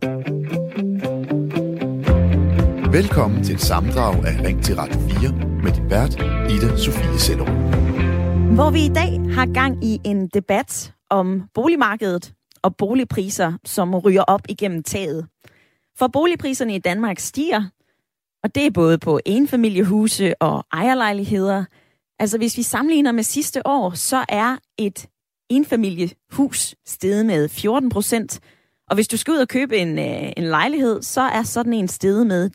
Velkommen til et sammendrag af Ring til Radio 4 med din vært, Ida Sofie Sellerup. Hvor vi i dag har gang i en debat om boligmarkedet og boligpriser, som ryger op igennem taget. For boligpriserne i Danmark stiger, og det er både på enfamiliehuse og ejerlejligheder. Altså hvis vi sammenligner med sidste år, så er et enfamiliehus steget med 14%. Og hvis du skal ud og købe en lejlighed, så er sådan en steget med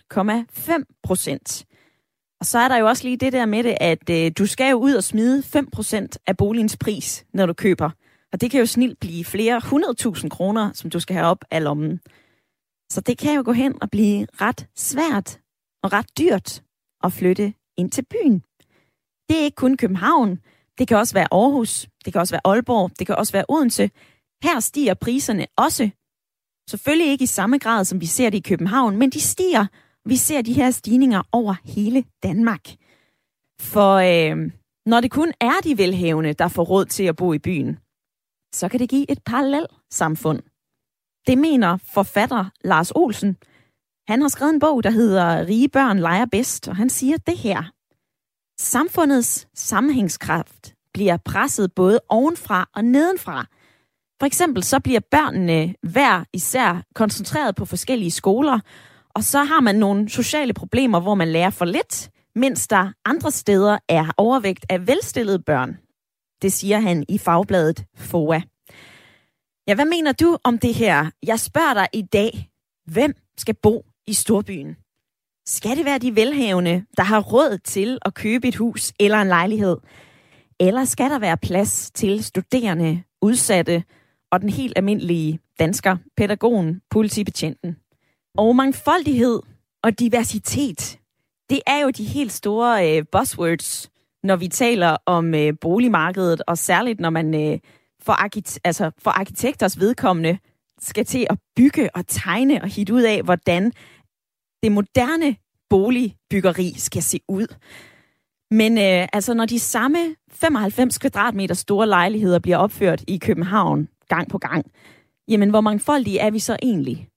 12,5%. Og så er der jo også lige det der med det, at du skal jo ud og smide 5% af boligens pris, når du køber. Og det kan jo snilt blive flere 100.000 kroner, som du skal have op af lommen. Så det kan jo gå hen og blive ret svært og ret dyrt at flytte ind til byen. Det er ikke kun København. Det kan også være Aarhus. Det kan også være Aalborg. Det kan også være Odense. Her stiger priserne også. Selvfølgelig ikke i samme grad, som vi ser det i København, men de stiger. Vi ser de her stigninger over hele Danmark. For når det kun er de velhavende, der får råd til at bo i byen, så kan det give et parallelt samfund. Det mener forfatter Lars Olsen. Han har skrevet en bog, der hedder Rige børn leger bedst, og han siger det her. Samfundets sammenhængskraft bliver presset både ovenfra og nedenfra. For eksempel så bliver børnene hver især koncentreret på forskellige skoler, og så har man nogle sociale problemer, hvor man lærer for lidt, mens der andre steder er overvægt af velstillede børn. Det siger han i fagbladet FOA. Ja, hvad mener du om det her? Jeg spørger dig i dag, hvem skal bo i storbyen? Skal det være de velhavende, der har råd til at købe et hus eller en lejlighed? Eller skal der være plads til studerende, udsatte og den helt almindelige dansker, pædagogen, politibetjenten? Og mangfoldighed og diversitet, det er jo de helt store buzzwords, når vi taler om boligmarkedet, og særligt når man for arkitekters vedkommende skal til at bygge og tegne og hitte ud af, hvordan det moderne boligbyggeri skal se ud. Men når de samme 95 kvadratmeter store lejligheder bliver opført i København gang på gang, jamen hvor mangfoldige er vi så egentlig?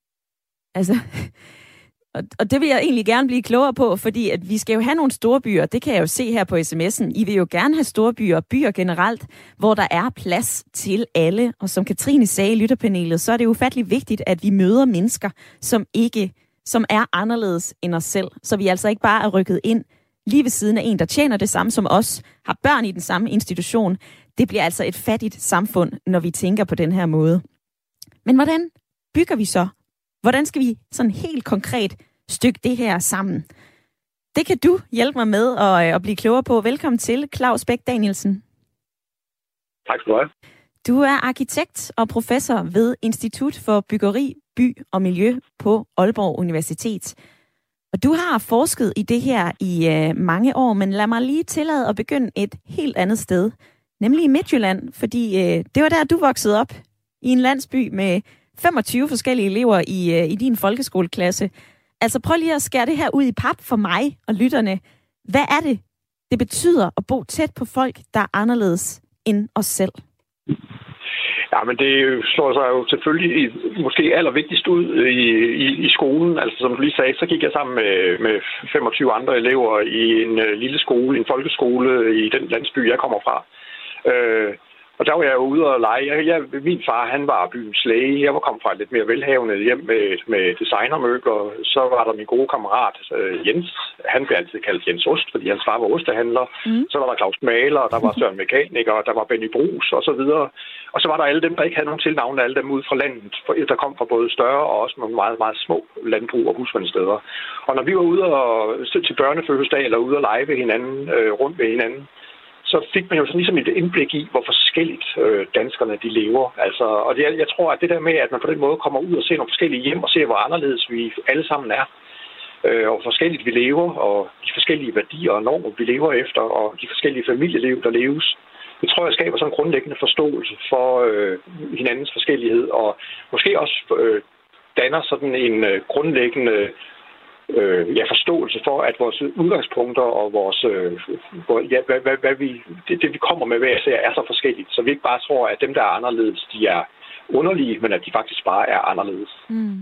Og det vil jeg egentlig gerne blive klogere på, fordi at vi skal jo have nogle store byer. Det kan jeg jo se her på sms'en. I vil jo gerne have store byer og byer generelt, hvor der er plads til alle. Og som Katrine sagde i lytterpanelet, så er det ufattelig vigtigt, at vi møder mennesker, som er anderledes end os selv. Så vi altså ikke bare er rykket ind lige ved siden af en, der tjener det samme som os, har børn i den samme institution. Det bliver altså et fattigt samfund, når vi tænker på den her måde. Men hvordan bygger vi så? Hvordan skal vi sådan helt konkret stykke det her sammen? Det kan du hjælpe mig med at blive klogere på. Velkommen til, Claus Bech Danielsen. Tak skal du have. Du er arkitekt og professor ved Institut for Byggeri, By og Miljø på Aalborg Universitet. Og du har forsket i det her i mange år, men lad mig lige tillade at begynde et helt andet sted, nemlig i Midtjylland, fordi det var der, du voksede op, i en landsby med 25 forskellige elever i din folkeskoleklasse. Altså prøv lige at skære det her ud i pap for mig og lytterne. Hvad er det betyder at bo tæt på folk, der er anderledes end os selv? Ja, men det slår sig jo selvfølgelig måske allervigtigst ud i skolen. Altså som du lige sagde, så gik jeg sammen med 25 andre elever i en lille skole, en folkeskole i den landsby, jeg kommer fra. Og der var jeg jo ude og lege. Min far, han var byens læge. Jeg var kommet fra et lidt mere velhavende hjem med designermøg, og så var der min gode kammerat Jens. Han blev altid kaldt Jens Ost, fordi hans far var ostehandler. Så var der Claus Maler, der var Søren Mekaniker, der var Benny Brugs og så videre. Og så var der alle dem, der ikke havde nogen tilnavne, alle dem ude fra landet, der kom fra både større og også nogle meget, meget små landbrug og husmandssteder. Og når vi var ude til børnefødselsdag eller ude og lege ved hinanden, rundt ved hinanden, så fik man jo sådan ligesom et indblik i, hvor forskelligt danskerne de lever. Altså, og jeg tror, at det der med, at man på den måde kommer ud og ser nogle forskellige hjem, og ser, hvor anderledes vi alle sammen er, og hvor forskelligt vi lever, og de forskellige værdier og normer, vi lever efter, og de forskellige familieliv, der leves, det tror jeg skaber sådan en grundlæggende forståelse for hinandens forskellighed, og måske også danner sådan en grundlæggende forståelse for, at vores udgangspunkter og vores det vi kommer med hver især er så forskelligt, så vi ikke bare tror, at dem, der er anderledes, de er underlige, men at de faktisk bare er anderledes. Mm.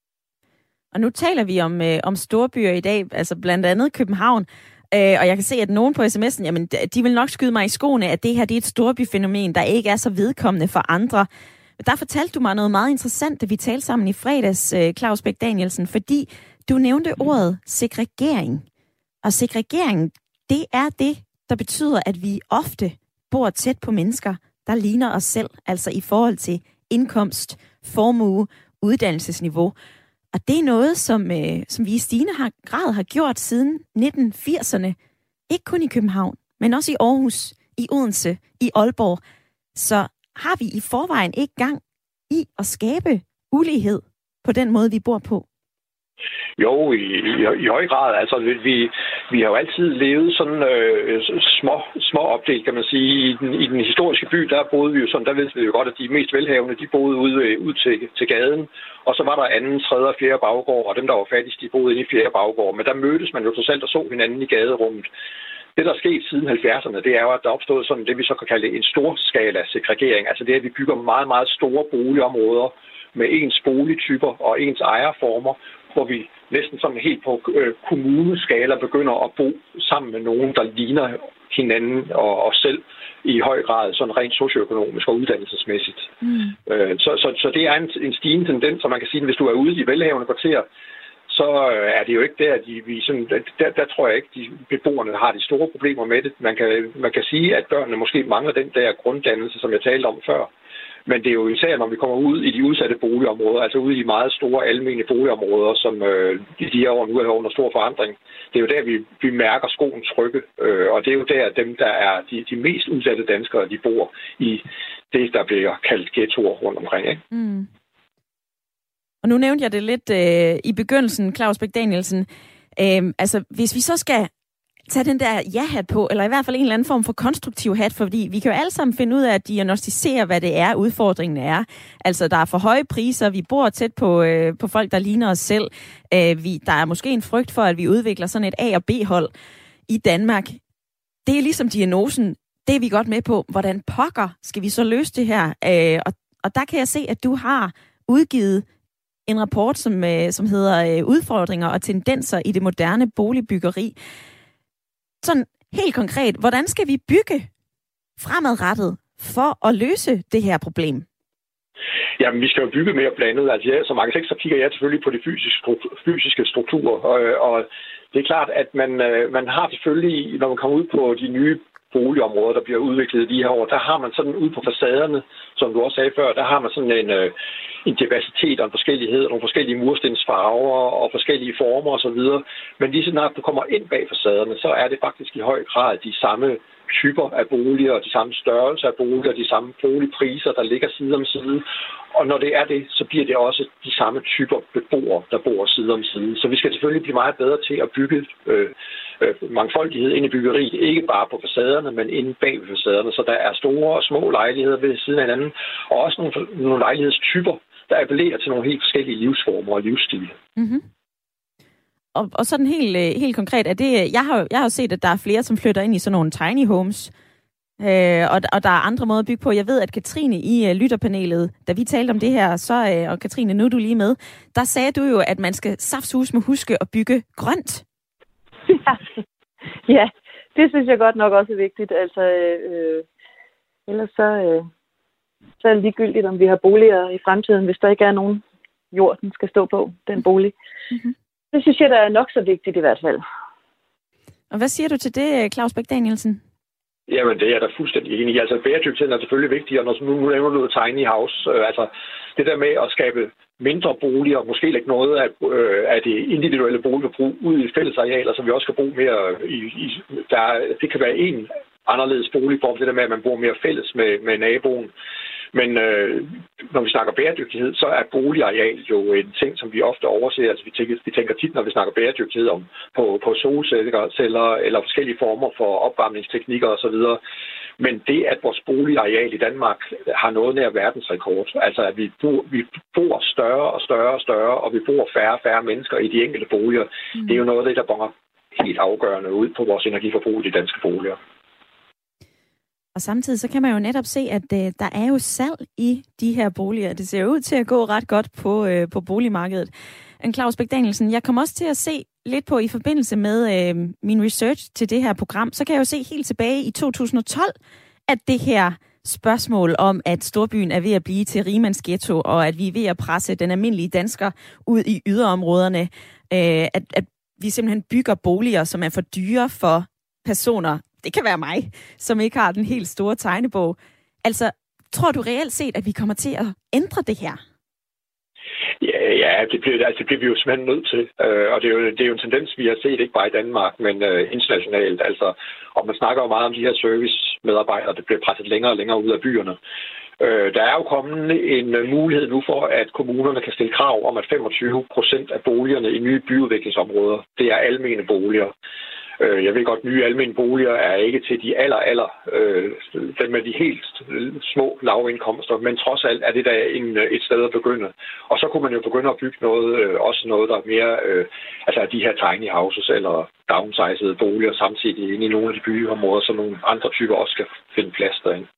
Og nu taler vi om storbyer i dag, altså blandt andet København. Og jeg kan se, at nogen på sms'en, jamen, de vil nok skyde mig i skoene, at det her det er et storbyfænomen, der ikke er så vedkommende for andre. Der fortalte du mig noget meget interessant, da vi talte sammen i fredags, Claus Bech Danielsen, fordi du nævnte ordet segregering. Og segregering, det er det, der betyder, at vi ofte bor tæt på mennesker, der ligner os selv, altså i forhold til indkomst, formue, uddannelsesniveau. Og det er noget, som vi i stigende grad har gjort siden 1980'erne. Ikke kun i København, men også i Aarhus, i Odense, i Aalborg. Så har vi i forvejen ikke gang i at skabe ulighed på den måde, vi bor på? Jo, i høj grad. Altså, vi har jo altid levet sådan små opdelt, kan man sige. I den historiske by, der boede vi jo sådan, der ved vi jo godt, at de mest velhavende, de boede ud til gaden. Og så var der anden, tredje og fjerde baggård, og dem, der var fattigste, de boede inde i fjerde baggård. Men der mødtes man jo trods alt og så hinanden i gaderummet. Det, der er sket siden 70'erne, det er jo, at der er opstået sådan det, vi så kan kalde en stor skala segregering. Altså det, at vi bygger meget, meget store boligområder med ens boligtyper og ens ejerformer, hvor vi næsten sådan helt på kommuneskala begynder at bo sammen med nogen, der ligner hinanden og os selv i høj grad, sådan rent socioøkonomisk og uddannelsesmæssigt. Så det er en stigende tendens, så man kan sige, at hvis du er ude i velhavende kvarterer, så er det jo ikke der tror jeg ikke, de beboerne har de store problemer med det. Man kan sige, at børnene måske mangler den der grunddannelse, som jeg talte om før. Men det er jo især, når vi kommer ud i de udsatte boligområder, altså ude i de meget store almene boligområder, som i de her år nu er under stor forandring. Det er jo der, vi mærker skoen trykke, og det er jo der, dem, der er de mest udsatte danskere, de bor i det, der bliver kaldt ghettoer rundt omkring. Ikke? Mm. Og nu nævnte jeg det lidt i begyndelsen, Claus Bech Danielsen. Altså, hvis vi så skal tage den der ja-hat på, eller i hvert fald en eller anden form for konstruktiv hat, fordi vi kan jo alle sammen finde ud af at diagnostisere, hvad det er, udfordringen er. Altså, der er for høje priser, vi bor tæt på folk, der ligner os selv. Der er måske en frygt for, at vi udvikler sådan et A- og B-hold i Danmark. Det er ligesom diagnosen. Det er vi godt med på. Hvordan pokker skal vi så løse det her? Og der kan jeg se, at du har udgivet en rapport, som hedder Udfordringer og tendenser i det moderne boligbyggeri. Sådan helt konkret, hvordan skal vi bygge fremadrettet for at løse det her problem? Jamen, vi skal jo bygge mere blandet. Altså, som arkitekt, så kigger jeg selvfølgelig på de fysiske strukturer. Og det er klart, at man har selvfølgelig, når man kommer ud på de nye boligområder, der bliver udviklet i de her år, der har man sådan ude på facaderne, som du også sagde før, der har man sådan en diversitet og en forskellighed, og nogle forskellige murstensfarver og forskellige former osv. Men lige så snart du kommer ind bag facaderne, så er det faktisk i høj grad de samme typer af boliger, de samme størrelser af boliger, de samme boligpriser, der ligger side om side. Og når det er det, så bliver det også de samme typer beboere, der bor side om side. Så vi skal selvfølgelig blive meget bedre til at bygge mangfoldighed ind i byggeriet, ikke bare på facaderne, men inde bag facaderne. Så der er store og små lejligheder ved siden af hinanden, og også nogle lejlighedstyper, der appellerer til nogle helt forskellige livsformer og livsstile. Mm-hmm. Og sådan helt konkret, er det, jeg har set, at der er flere, som flytter ind i sådan nogle tiny homes, og der er andre måder at bygge på. Jeg ved, at Katrine i lytterpanelet, da vi talte om det her, og Katrine, nu er du lige med, der sagde du jo, at man skal saftsus med huske at bygge grønt. Ja, det synes jeg godt nok også er vigtigt. Altså, ellers så er det ligegyldigt, om vi har boliger i fremtiden, hvis der ikke er nogen jord, den skal stå på, den bolig. Mm-hmm. Det synes jeg, der er nok så vigtigt i hvert fald. Og hvad siger du til det, Claus Bech Danielsen? Jamen, det er der fuldstændig enig i. Altså, bæredygtigheden er selvfølgelig vigtig, og når nu nævner du tiny house, altså det der med at skabe mindre boliger, måske lægge noget af det individuelle boligforbrug ud i fællesarealer, så vi også skal bo mere det kan være en anderledes boligform, det der med, at man bor mere fælles med naboen. Men når vi snakker bæredygtighed, så er boligareal jo en ting, som vi ofte overser. Altså vi tænker tit, når vi snakker bæredygtighed på solceller eller forskellige former for opvarmningsteknikker osv. Men det, at vores boligareal i Danmark har noget nær verdensrekord, altså at vi bor større og større og større, og vi bor færre og færre mennesker i de enkelte boliger, det er jo noget af det, der bonger helt afgørende ud på vores energiforbrug i de danske boliger. Og samtidig så kan man jo netop se, at der er jo salg i de her boliger. Det ser ud til at gå ret godt på boligmarkedet. Claus Bech-Danielsen, jeg kom også til at se lidt på i forbindelse med min research til det her program, så kan jeg jo se helt tilbage i 2012, at det her spørgsmål om, at storbyen er ved at blive til rimandsghetto, og at vi er ved at presse den almindelige dansker ud i yderområderne, at vi simpelthen bygger boliger, som er for dyre for personer, det kan være mig, som ikke har den helt store tegnebog. Altså, tror du reelt set, at vi kommer til at ændre det her? Ja, det bliver vi jo simpelthen nødt til. Og det er jo en tendens, vi har set, ikke bare i Danmark, men internationalt. Altså, og man snakker jo meget om de her servicemedarbejdere, der bliver presset længere og længere ud af byerne. Der er jo kommet en mulighed nu for, at kommunerne kan stille krav om, at 25% af boligerne i nye byudviklingsområder, det er almene boliger. Jeg ved godt, nye almene boliger er ikke til de dem med de helt små lavindkomster, men trods alt er det da et sted at begynde. Og så kunne man jo begynde at bygge også noget, der er mere, altså de her tiny houses eller downsizede boliger samtidig inde i nogle af de byområder, så nogle andre typer også skal finde plads derinde.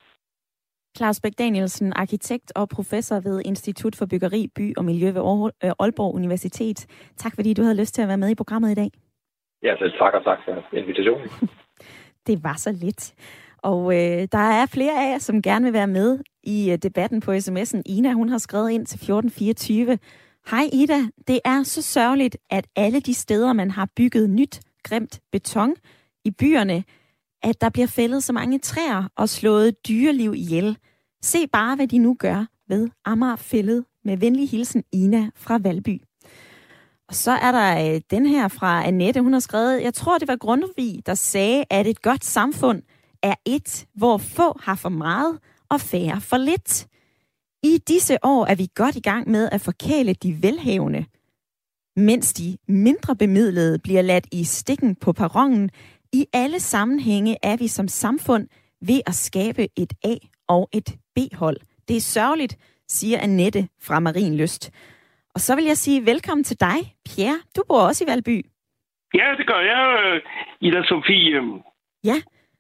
Claus Bech-Danielsen, arkitekt og professor ved Institut for Byggeri, By og Miljø ved Aalborg Universitet. Tak fordi du havde lyst til at være med i programmet i dag. Ja, selv tak, og tak for invitationen. Det var så lidt. Og der er flere af jer, som gerne vil være med i debatten på sms'en. Ina, hun har skrevet ind til 1424. Hej Ida, det er så sørgeligt, at alle de steder, man har bygget nyt, grimt beton i byerne, at der bliver fældet så mange træer og slået dyreliv ihjel. Se bare, hvad de nu gør ved Amager Fælled. Med venlig hilsen, Ina fra Valby. Og så er der den her fra Annette, hun har skrevet, jeg tror, det var Grundtvig, der sagde, at et godt samfund er et, hvor få har for meget og færre for lidt. I disse år er vi godt i gang med at forkæle de velhavende, mens de mindre bemidlede bliver ladt i stikken på perronen. I alle sammenhænge er vi som samfund ved at skabe et A- og et B-hold. Det er sørgeligt, siger Annette fra Marienlyst. Og så vil jeg sige velkommen til dig, Pierre. Du bor også i Valby. Ja, det gør jeg, Ida Sofie. Ja,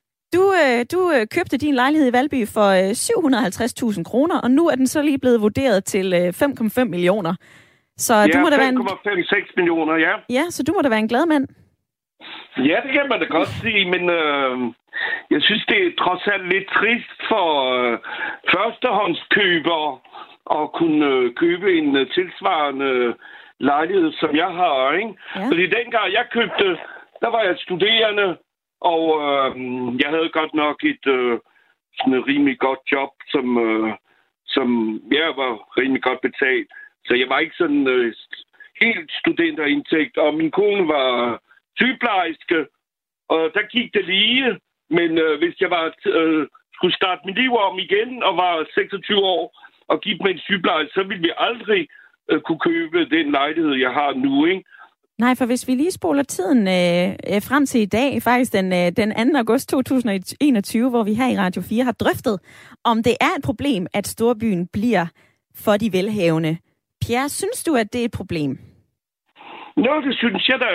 du købte din lejlighed i Valby for 750.000 kroner, og nu er den så lige blevet vurderet til 5,5 millioner. Så ja, du må da være 5,56 millioner, ja. Ja, så du må da være en glad mand. Ja, det kan man da godt sige, men jeg synes, det er trods alt lidt trist for førstehåndskøbere at kunne købe en tilsvarende lejlighed, som jeg har, ikke? Ja. Fordi dengang jeg købte, der var jeg studerende, og jeg havde godt nok et sådan rimelig godt job, som jeg var rimelig godt betalt. Så jeg var ikke sådan helt studenterindtægt, og min kone var sygeplejerske, og der gik det lige. Men hvis jeg skulle starte mit liv om igen og var 26 år og give mig en sygeplejerske, så ville vi aldrig kunne købe den lejlighed, jeg har nu, ikke? Nej, for hvis vi lige spoler tiden frem til i dag, faktisk den 2. august 2021, hvor vi her i Radio 4 har drøftet, om det er et problem, at storbyen bliver for de velhavende. Pierre, synes du, at det er et problem? Nå, det synes jeg da.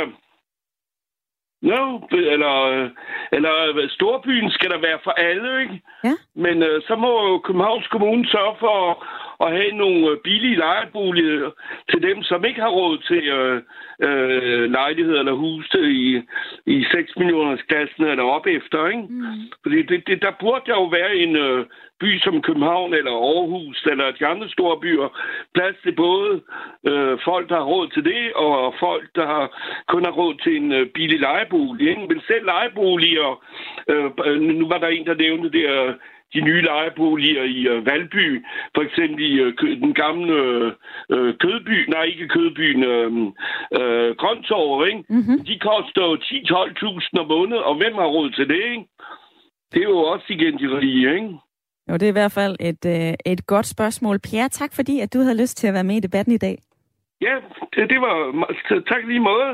Eller storbyen skal der være for alle, ikke? Ja. Men så må Københavns Kommune sørge for at have nogle billige lejeboliger til dem, som ikke har råd til lejligheder eller huse i 6 millioners klassen eller op efter, ikke? Fordi der burde jo være en by som København eller Aarhus eller de andre store byer, plads til både folk, der har råd til det, og folk, der kun har råd til en billig lejebolig, ikke? Men selv lejeboliger, nu var der en, der nævnte det, de nye lejeboliger i Valby, for eksempel i den gamle Kødby, nej ikke Kødbyen, Grøntorv, ikke? Mm-hmm. De koster 10-12.000 om måneden, og hvem har råd til det, ikke? Det er jo også igen de rige, ikke? Jo, det er i hvert fald et godt spørgsmål. Pierre, tak fordi, at du havde lyst til at være med i debatten i dag. Ja, det var... Tak lige måde.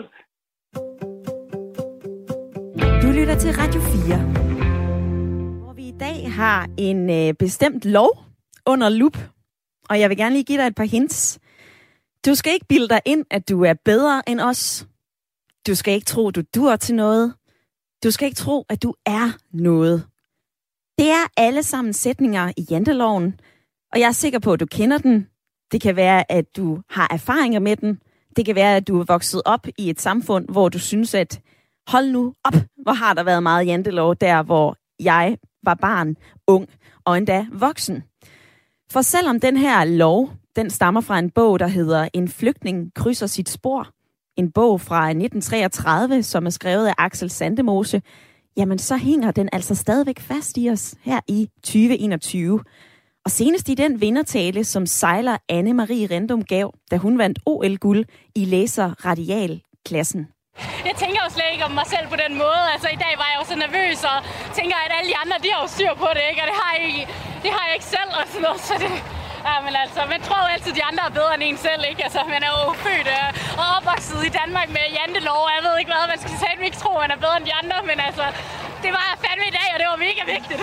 Du lytter til Radio 4. I dag har en bestemt lov under lup, og jeg vil gerne lige give dig et par hints. Du skal ikke bilde dig ind, at du er bedre end os. Du skal ikke tro, du duer til noget. Du skal ikke tro, at du er noget. Det er alle sammen sætninger i janteloven, og jeg er sikker på, at du kender den. Det kan være, at du har erfaringer med den. Det kan være, at du er vokset op i et samfund, hvor du synes, at hold nu op, hvor har der været meget jantelov der, hvor jeg var barn, ung og endda voksen. For selvom den her lov, den stammer fra en bog, der hedder En flygtning krydser sit spor, en bog fra 1933, som er skrevet af Axel Sandemose, jamen så hænger den altså stadigvæk fast i os her i 2021. Og senest i den vindertale, som sejler Anne-Marie Rendum gav, da hun vandt OL-guld i læser-radialklassen. Jeg tænker jo slet ikke om mig selv på den måde. Altså i dag var jeg jo så nervøs og tænker, at alle de andre, de har jo styr på det, ikke? Og det har jeg ikke selv og sådan noget, så det... Ja, men altså, man tror jo altid, at de andre er bedre end en selv, ikke? Altså, man er jo født og opvokset i Danmark med jantelov, og jeg ved ikke hvad, man skal satme ikke tro, at man er bedre end de andre, men altså, det var jeg fandme i dag, og det var mega vigtigt.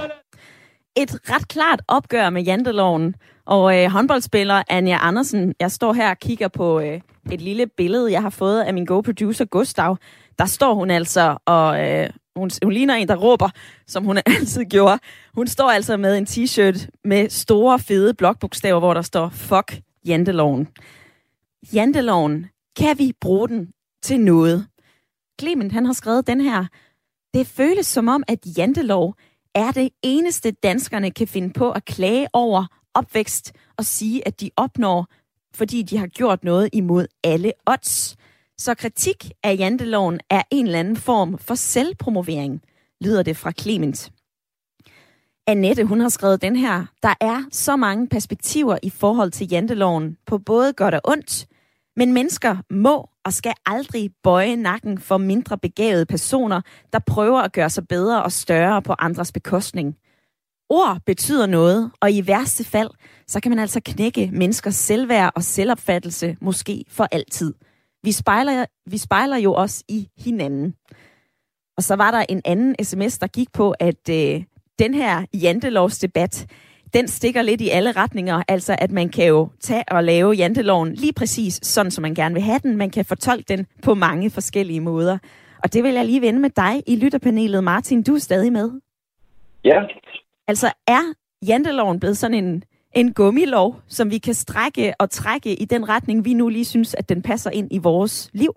Et ret klart opgør med janteloven, og håndboldspiller Anja Andersen, jeg står her og kigger på et lille billede, jeg har fået af min go-producer Gustav. Der står hun altså, og hun ligner en, der råber, som hun altid gjorde. Hun står altså med en t-shirt med store, fede blokbogstaver, hvor der står, fuck janteloven. Janteloven, kan vi bruge den til noget? Clement, han har skrevet den her. Det føles som om, at jantelov er det eneste, danskerne kan finde på at klage over opvækst og sige, at de opnår, fordi de har gjort noget imod alle odds. Så kritik af janteloven er en eller anden form for selvpromovering, lyder det fra Clement. Annette, hun har skrevet den her. Der er så mange perspektiver i forhold til janteloven på både godt og ondt, men mennesker må og skal aldrig bøje nakken for mindre begavede personer, der prøver at gøre sig bedre og større på andres bekostning. Ord betyder noget, og i værste fald, så kan man altså knække menneskers selvværd og selvopfattelse måske for altid. Vi spejler jo også i hinanden. Og så var der en anden sms, der gik på, at den her jantelovsdebat, den stikker lidt i alle retninger. Altså, at man kan jo tage og lave janteloven lige præcis sådan, som man gerne vil have den. Man kan fortolke den på mange forskellige måder. Og det vil jeg lige vende med dig i lytterpanelet. Martin, du er stadig med. Ja. Altså, er janteloven blevet sådan en gummilov, som vi kan strække og trække i den retning, vi nu lige synes, at den passer ind i vores liv?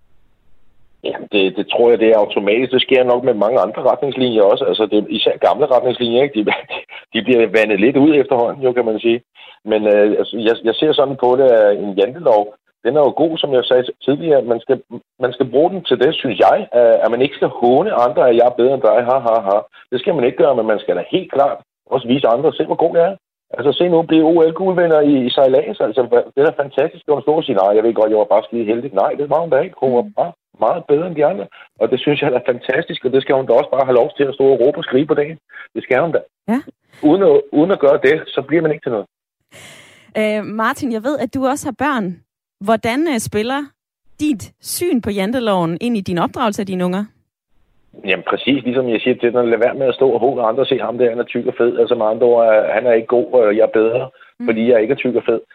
Ja, det tror jeg, det er automatisk. Det sker nok med mange andre retningslinjer også. Altså, det er især gamle retningslinjer, ikke? De bliver vandet lidt ud efterhånden, jo, kan man sige. Men altså, jeg ser sådan på det, at en jantelov, den er jo god, som jeg sagde tidligere. Man skal bruge den til det, synes jeg, at man ikke skal håne andre, at jeg er bedre end dig. Det skal man ikke gøre, men man skal da helt klart også vise andre, se hvor god det er. Altså, se nu blive OL-guldvinder i sejlads. Altså, det er da fantastisk. Det var en stor at sige, nej, jeg ved godt, jeg var bare skide heldig. Nej, det var hun da ikke. Hun var bare meget bedre end de andre. Og det synes jeg er fantastisk, og det skal hun da også bare have lov til at stå og råbe og skrige på dagen. Det skal hun da. Ja. Uden at gøre det, så bliver man ikke til noget. Martin, jeg ved, at du også har børn. Hvordan spiller dit syn på janteloven ind i din opdragelse af dine unger? Jamen præcis, ligesom jeg siger til den, lad være med at stå og håbe andre og se ham der, han er tyk og fed. Altså med andre ord, han er ikke god, og jeg er bedre, fordi jeg ikke er tyk og fed.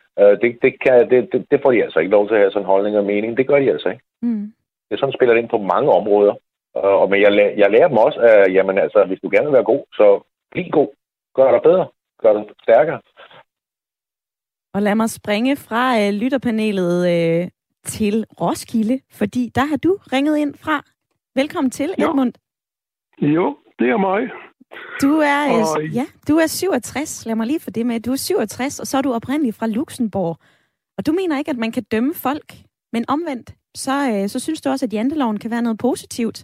Det får de altså ikke lov til at have sådan en holdning og mening. Det gør de altså ikke. Det er sådan, spiller det ind på mange områder. Men jeg lærer dem også, at jamen, altså, hvis du gerne vil være god, så bliv god. Gør dig bedre. Gør dig stærkere. Og lad mig springe fra lytterpanelet til Roskilde, fordi der har du ringet ind fra. Velkommen til, Edmund. Jo, det er mig. Du er 67. Lad mig lige få det med. Du er 67, og så er du oprindeligt fra Luxembourg. Og du mener ikke, at man kan dømme folk, men omvendt, så synes du også, at janteloven kan være noget positivt?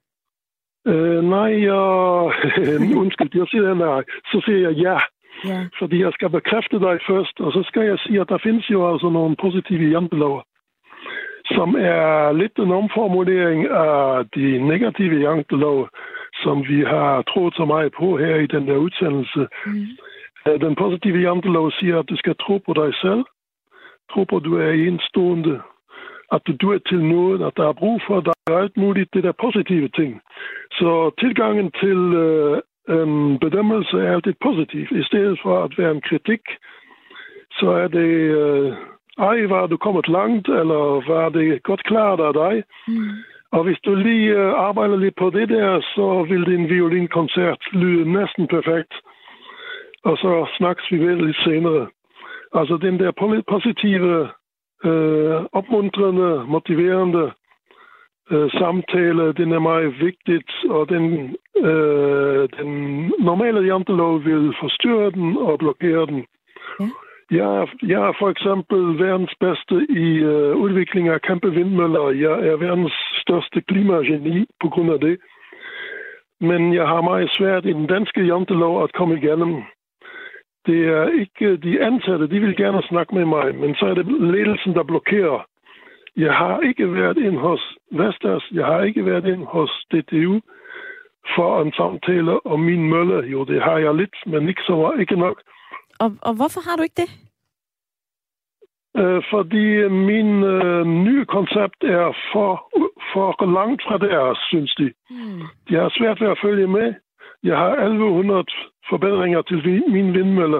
Nej, undskyld, jeg siger nej. Så siger jeg ja. Fordi jeg skal bekræfte dig først, og så skal jeg sige, at der findes jo altså nogle positive jantelover, som er lidt en omformulering af de negative jantelov, som vi har troet så meget på her i den der udsendelse. Den positive jantelov siger, at du skal tro på dig selv, tro på, at du er enestående, at du duer til noget, at der er brug for dig, og alt muligt, det der positive ting. Så tilgangen til bedømmelse er altid positiv. I stedet for at være en kritik, så er det... var du kommet langt, eller var det godt klart af dig? Og hvis du lige arbejder lidt på det der, så vil din violinkoncert lyde næsten perfekt. Og så snakkes vi ved lidt senere. Altså den der positive, opmuntrende, motiverende samtale, den er meget vigtigt, og den normale jantelov vil forstyrre den og blokere den. Ja. Jeg er for eksempel verdens bedste i udvikling af kæmpe vindmøller. Jeg er verdens største klimageni på grund af det. Men jeg har meget svært i den danske jantelov at komme igennem. Det er ikke de ansatte, de vil gerne snakke med mig, men så er det ledelsen, der blokerer. Jeg har ikke været ind hos Vestas, jeg har ikke været ind hos DTU for en samtale om min mølle. Jo, det har jeg lidt, men ikke nok. Og hvorfor har du ikke det? Fordi min nye koncept er for langt fra deres, synes de. De har svært ved at følge med. Jeg har 1100 forbedringer til min vindmølle,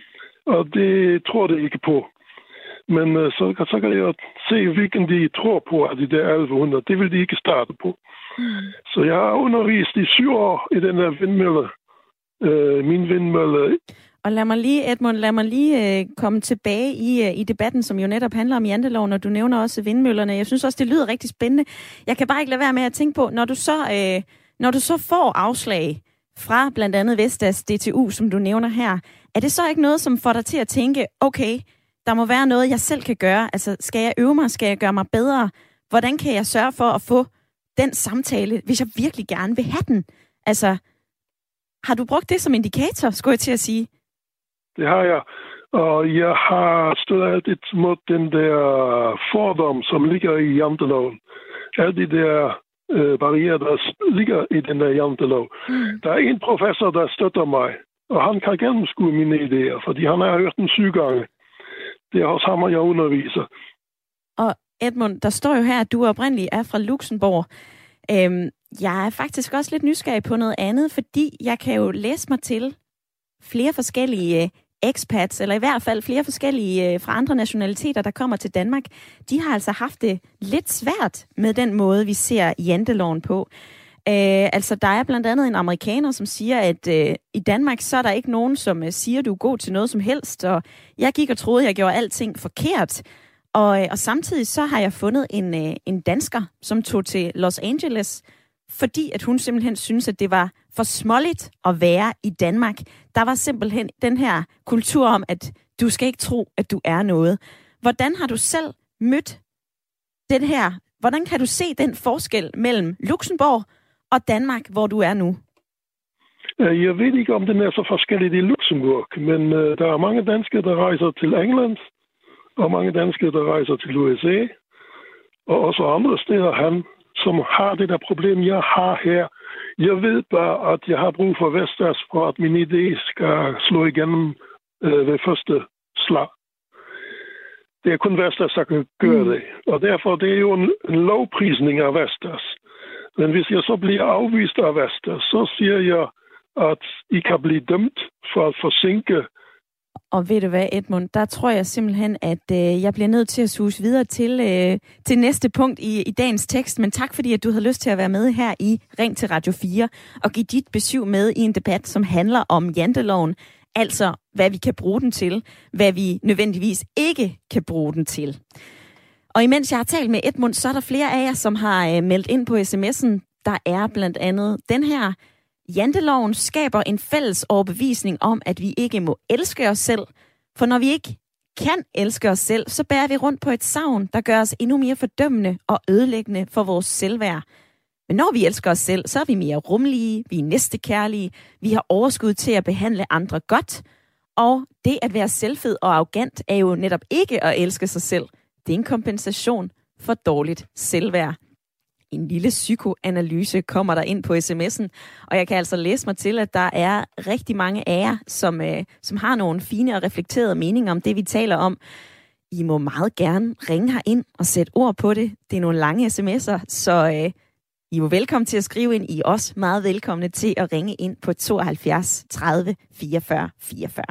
og det tror det ikke på. Men så kan jeg se, hvilken de tror på af de der 1100. Det vil de ikke starte på. Så jeg har undervist i 7 år i den her vindmølle. Min vindmølle. Og lad mig lige komme tilbage i debatten, som jo netop handler om janteloven, og du nævner også vindmøllerne. Jeg synes også, det lyder rigtig spændende. Jeg kan bare ikke lade være med at tænke på, når du så får afslag fra blandt andet Vestas DTU, som du nævner her, er det så ikke noget, som får dig til at tænke, okay, der må være noget, jeg selv kan gøre? Altså, skal jeg øve mig? Skal jeg gøre mig bedre? Hvordan kan jeg sørge for at få den samtale, hvis jeg virkelig gerne vil have den? Altså, har du brugt det som indikator, skulle jeg til at sige? Det har jeg. Og jeg har stået altid mod den der fordom, som ligger i janteloven. Alle de der barrierer, der ligger i den der jantelov. Der er en professor, der støtter mig, og han kan gennemskue mine idéer, fordi han har hørt dem 7 gange. Det er også ham, jeg underviser. Og Edmund, der står jo her, at du oprindeligt er fra Luxembourg. Jeg er faktisk også lidt nysgerrig på noget andet, fordi jeg kan jo læse mig til flere forskellige expats, eller i hvert fald flere forskellige fra andre nationaliteter, der kommer til Danmark. De har altså haft det lidt svært med den måde, vi ser janteloven på. Altså, der er blandt andet en amerikaner, som siger, at i Danmark, så er der ikke nogen, som siger, at du er god til noget som helst, og jeg gik og troede, jeg gjorde alting forkert. Og samtidig så har jeg fundet en dansker, som tog til Los Angeles, fordi at hun simpelthen synes, at det var for småligt at være i Danmark. Der var simpelthen den her kultur om, at du skal ikke tro, at du er noget. Hvordan har du selv mødt den her? Hvordan kan du se den forskel mellem Luxembourg og Danmark, hvor du er nu? Jeg ved ikke, om den er så forskellig i Luxembourg, men der er mange danskere, der rejser til England, og mange danskere, der rejser til USA, og også andre steder hen, som har det der problem, jeg har her. Jeg ved bare, at jeg har brug for Vestas, for at min idé skal slå igennem ved første slag. Det er kun Vestas, der kan gøre det. Og derfor det er jo en lovprisning af Vestas. Men hvis jeg så bliver afvist af Vestas, så siger jeg, at I kan blive dømt for at forsinke. Og ved du hvad, Edmund, der tror jeg simpelthen, at jeg bliver nødt til at suse videre til næste punkt i dagens tekst. Men tak fordi, at du havde lyst til at være med her i Ring til Radio 4 og give dit besøg med i en debat, som handler om janteloven. Altså, hvad vi kan bruge den til, hvad vi nødvendigvis ikke kan bruge den til. Og imens jeg har talt med Edmund, så er der flere af jer, som har meldt ind på sms'en. Der er blandt andet den her: janteloven skaber en fælles overbevisning om, at vi ikke må elske os selv. For når vi ikke kan elske os selv, så bærer vi rundt på et savn, der gør os endnu mere fordømmende og ødelæggende for vores selvværd. Men når vi elsker os selv, så er vi mere rummelige, vi er næstekærlige, vi har overskud til at behandle andre godt. Og det at være selvfed og arrogant er jo netop ikke at elske sig selv. Det er en kompensation for dårligt selvværd. En lille psykoanalyse kommer der ind på sms'en, og jeg kan altså læse mig til, at der er rigtig mange af jer, som har nogle fine og reflekterede meninger om det, vi taler om. I må meget gerne ringe herind og sætte ord på det. Det er nogle lange sms'er, så I er velkommen til at skrive ind. I er også meget velkomne til at ringe ind på 72 30 44 44.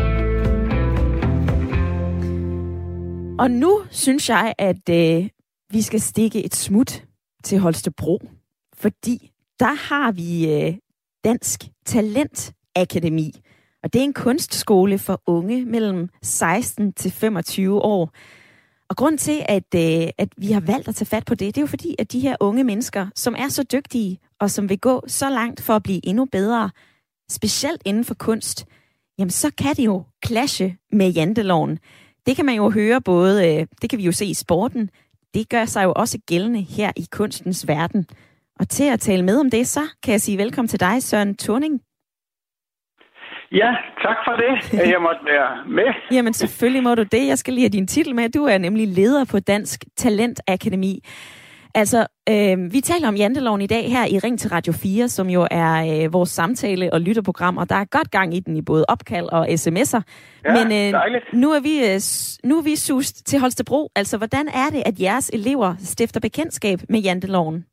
Og nu synes jeg, at Vi skal stikke et smut til Holstebro, fordi der har vi Dansk Talentakademi. Og det er en kunstskole for unge mellem 16 til 25 år. Og grund til, at vi har valgt at tage fat på det er jo fordi, at de her unge mennesker, som er så dygtige, og som vil gå så langt for at blive endnu bedre, specielt inden for kunst, jamen så kan det jo clashe med janteloven. Det kan man jo høre både, det kan vi jo se i sporten, det gør sig jo også gældende her i kunstens verden. Og til at tale med om det, så kan jeg sige velkommen til dig, Søren Thorning. Ja, tak for det, at jeg måtte være med. Jamen selvfølgelig må du det. Jeg skal lige have din titel med. Du er nemlig leder på Dansk Talentakademi. Altså, vi taler om janteloven i dag her i Ring til Radio 4, som jo er vores samtale- og lytterprogram, og der er godt gang i den i både opkald og sms'er. Ja, men nu er vi sust til Holstebro. Altså, hvordan er det, at jeres elever stifter bekendtskab med janteloven?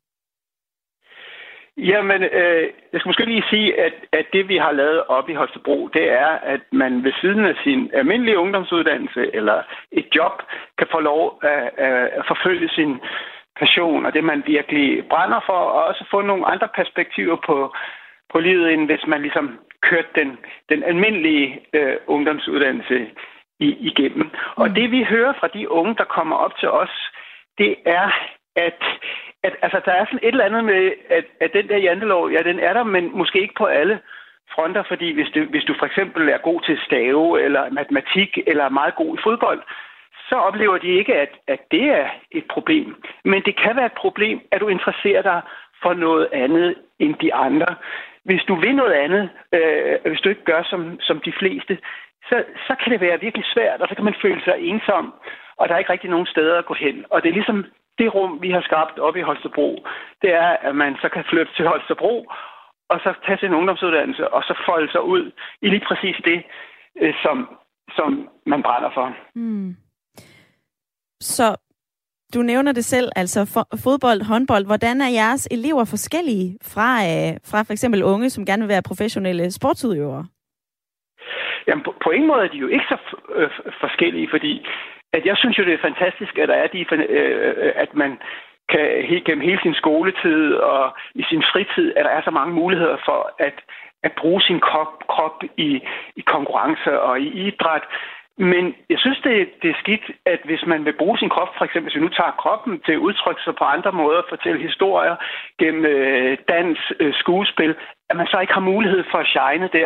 Jamen, jeg skal måske lige sige, at det, vi har lavet op i Holstebro, det er, at man ved siden af sin almindelige ungdomsuddannelse eller et job, kan få lov at forfølge sin passion og det, man virkelig brænder for, og også få nogle andre perspektiver på livet, end hvis man ligesom kørte den almindelige ungdomsuddannelse igennem. Og det, vi hører fra de unge, der kommer op til os, det er, at altså, der er sådan et eller andet med, at den der jantelov, ja, den er der, men måske ikke på alle fronter, fordi hvis du for eksempel er god til stave, eller matematik, eller er meget god i fodbold, så oplever de ikke, at det er et problem. Men det kan være et problem, at du interesserer dig for noget andet end de andre. Hvis du vil noget andet, hvis du ikke gør som de fleste, så kan det være virkelig svært, og så kan man føle sig ensom, og der er ikke rigtig nogen steder at gå hen. Og det er ligesom det rum, vi har skabt op i Holstebro, det er, at man så kan flytte til Holstebro, og så tage sin ungdomsuddannelse, og så folde sig ud i lige præcis det, som man brænder for. Mm. Så du nævner det selv, altså fodbold, håndbold. Hvordan er jeres elever forskellige fra for eksempel unge, som gerne vil være professionelle sportsudøvere? Jamen, på en måde er de jo ikke så forskellige, fordi at jeg synes jo, det er fantastisk, at der er at man kan gennem hele sin skoletid og i sin fritid, at der er så mange muligheder for at bruge sin krop i konkurrence og i idræt. Men jeg synes, det er skidt, at hvis man vil bruge sin krop, for eksempel hvis vi nu tager kroppen til at udtrykke sig på andre måder, fortælle historier gennem dans, skuespil, at man så ikke har mulighed for at shine der.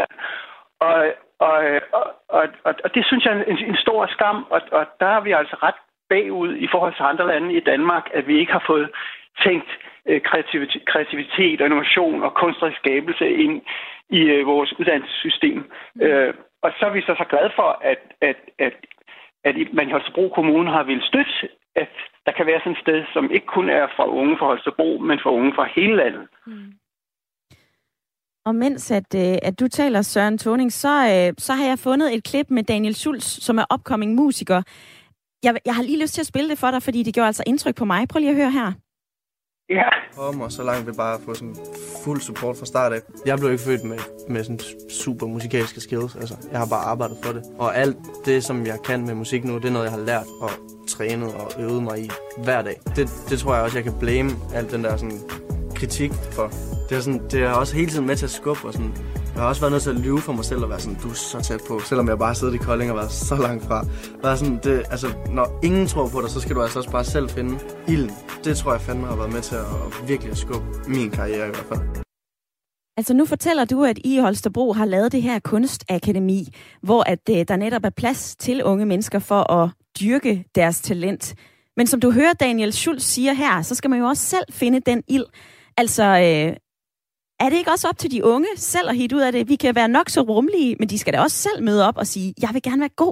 Og det synes jeg er en stor skam, og der er vi altså ret bagud i forhold til andre lande i Danmark, at vi ikke har fået tænkt kreativitet og innovation og kunstnerisk skabelse ind i vores uddannelsessystem. Og så er vi så glade for, at man i Holstebro Kommune har ville støtte, at der kan være sådan et sted, som ikke kun er for unge fra Holstebro, men for unge fra hele landet. Mm. Og mens at du taler, Søren Thorning, så har jeg fundet et klip med Daniel Schulz, som er upcoming musiker. Jeg har lige lyst til at spille det for dig, fordi det gjorde altså indtryk på mig. Prøv lige at høre her. Ja. Og så langt vil bare få sådan fuld support fra start af. Jeg blev ikke født med sådan super musikalske skills. Altså, jeg har bare arbejdet for det. Og alt det, som jeg kan med musik nu, det er noget, jeg har lært og trænet og øvet mig i hver dag. Det tror jeg også, jeg kan blame alt den der sådan kritik for. Det er også hele tiden med til at skubbe og sådan. Jeg har også været nødt til at lyve for mig selv og være sådan, du er så tæt på, selvom jeg bare sidder i Kolding og været så langt fra. Sådan, altså, når ingen tror på dig, så skal du altså også bare selv finde ilden. Det tror jeg fandme har været med til at virkelig at skubbe min karriere i hvert fald. Altså nu fortæller du, at I Holstebro har lavet det her kunstakademi, hvor at der netop er plads til unge mennesker for at dyrke deres talent. Men som du hører Daniel Schulz siger her, så skal man jo også selv finde den ild. Altså, er det ikke også op til de unge selv at hitte ud af det? Vi kan være nok så rummelige, men de skal da også selv møde op og sige, jeg vil gerne være god.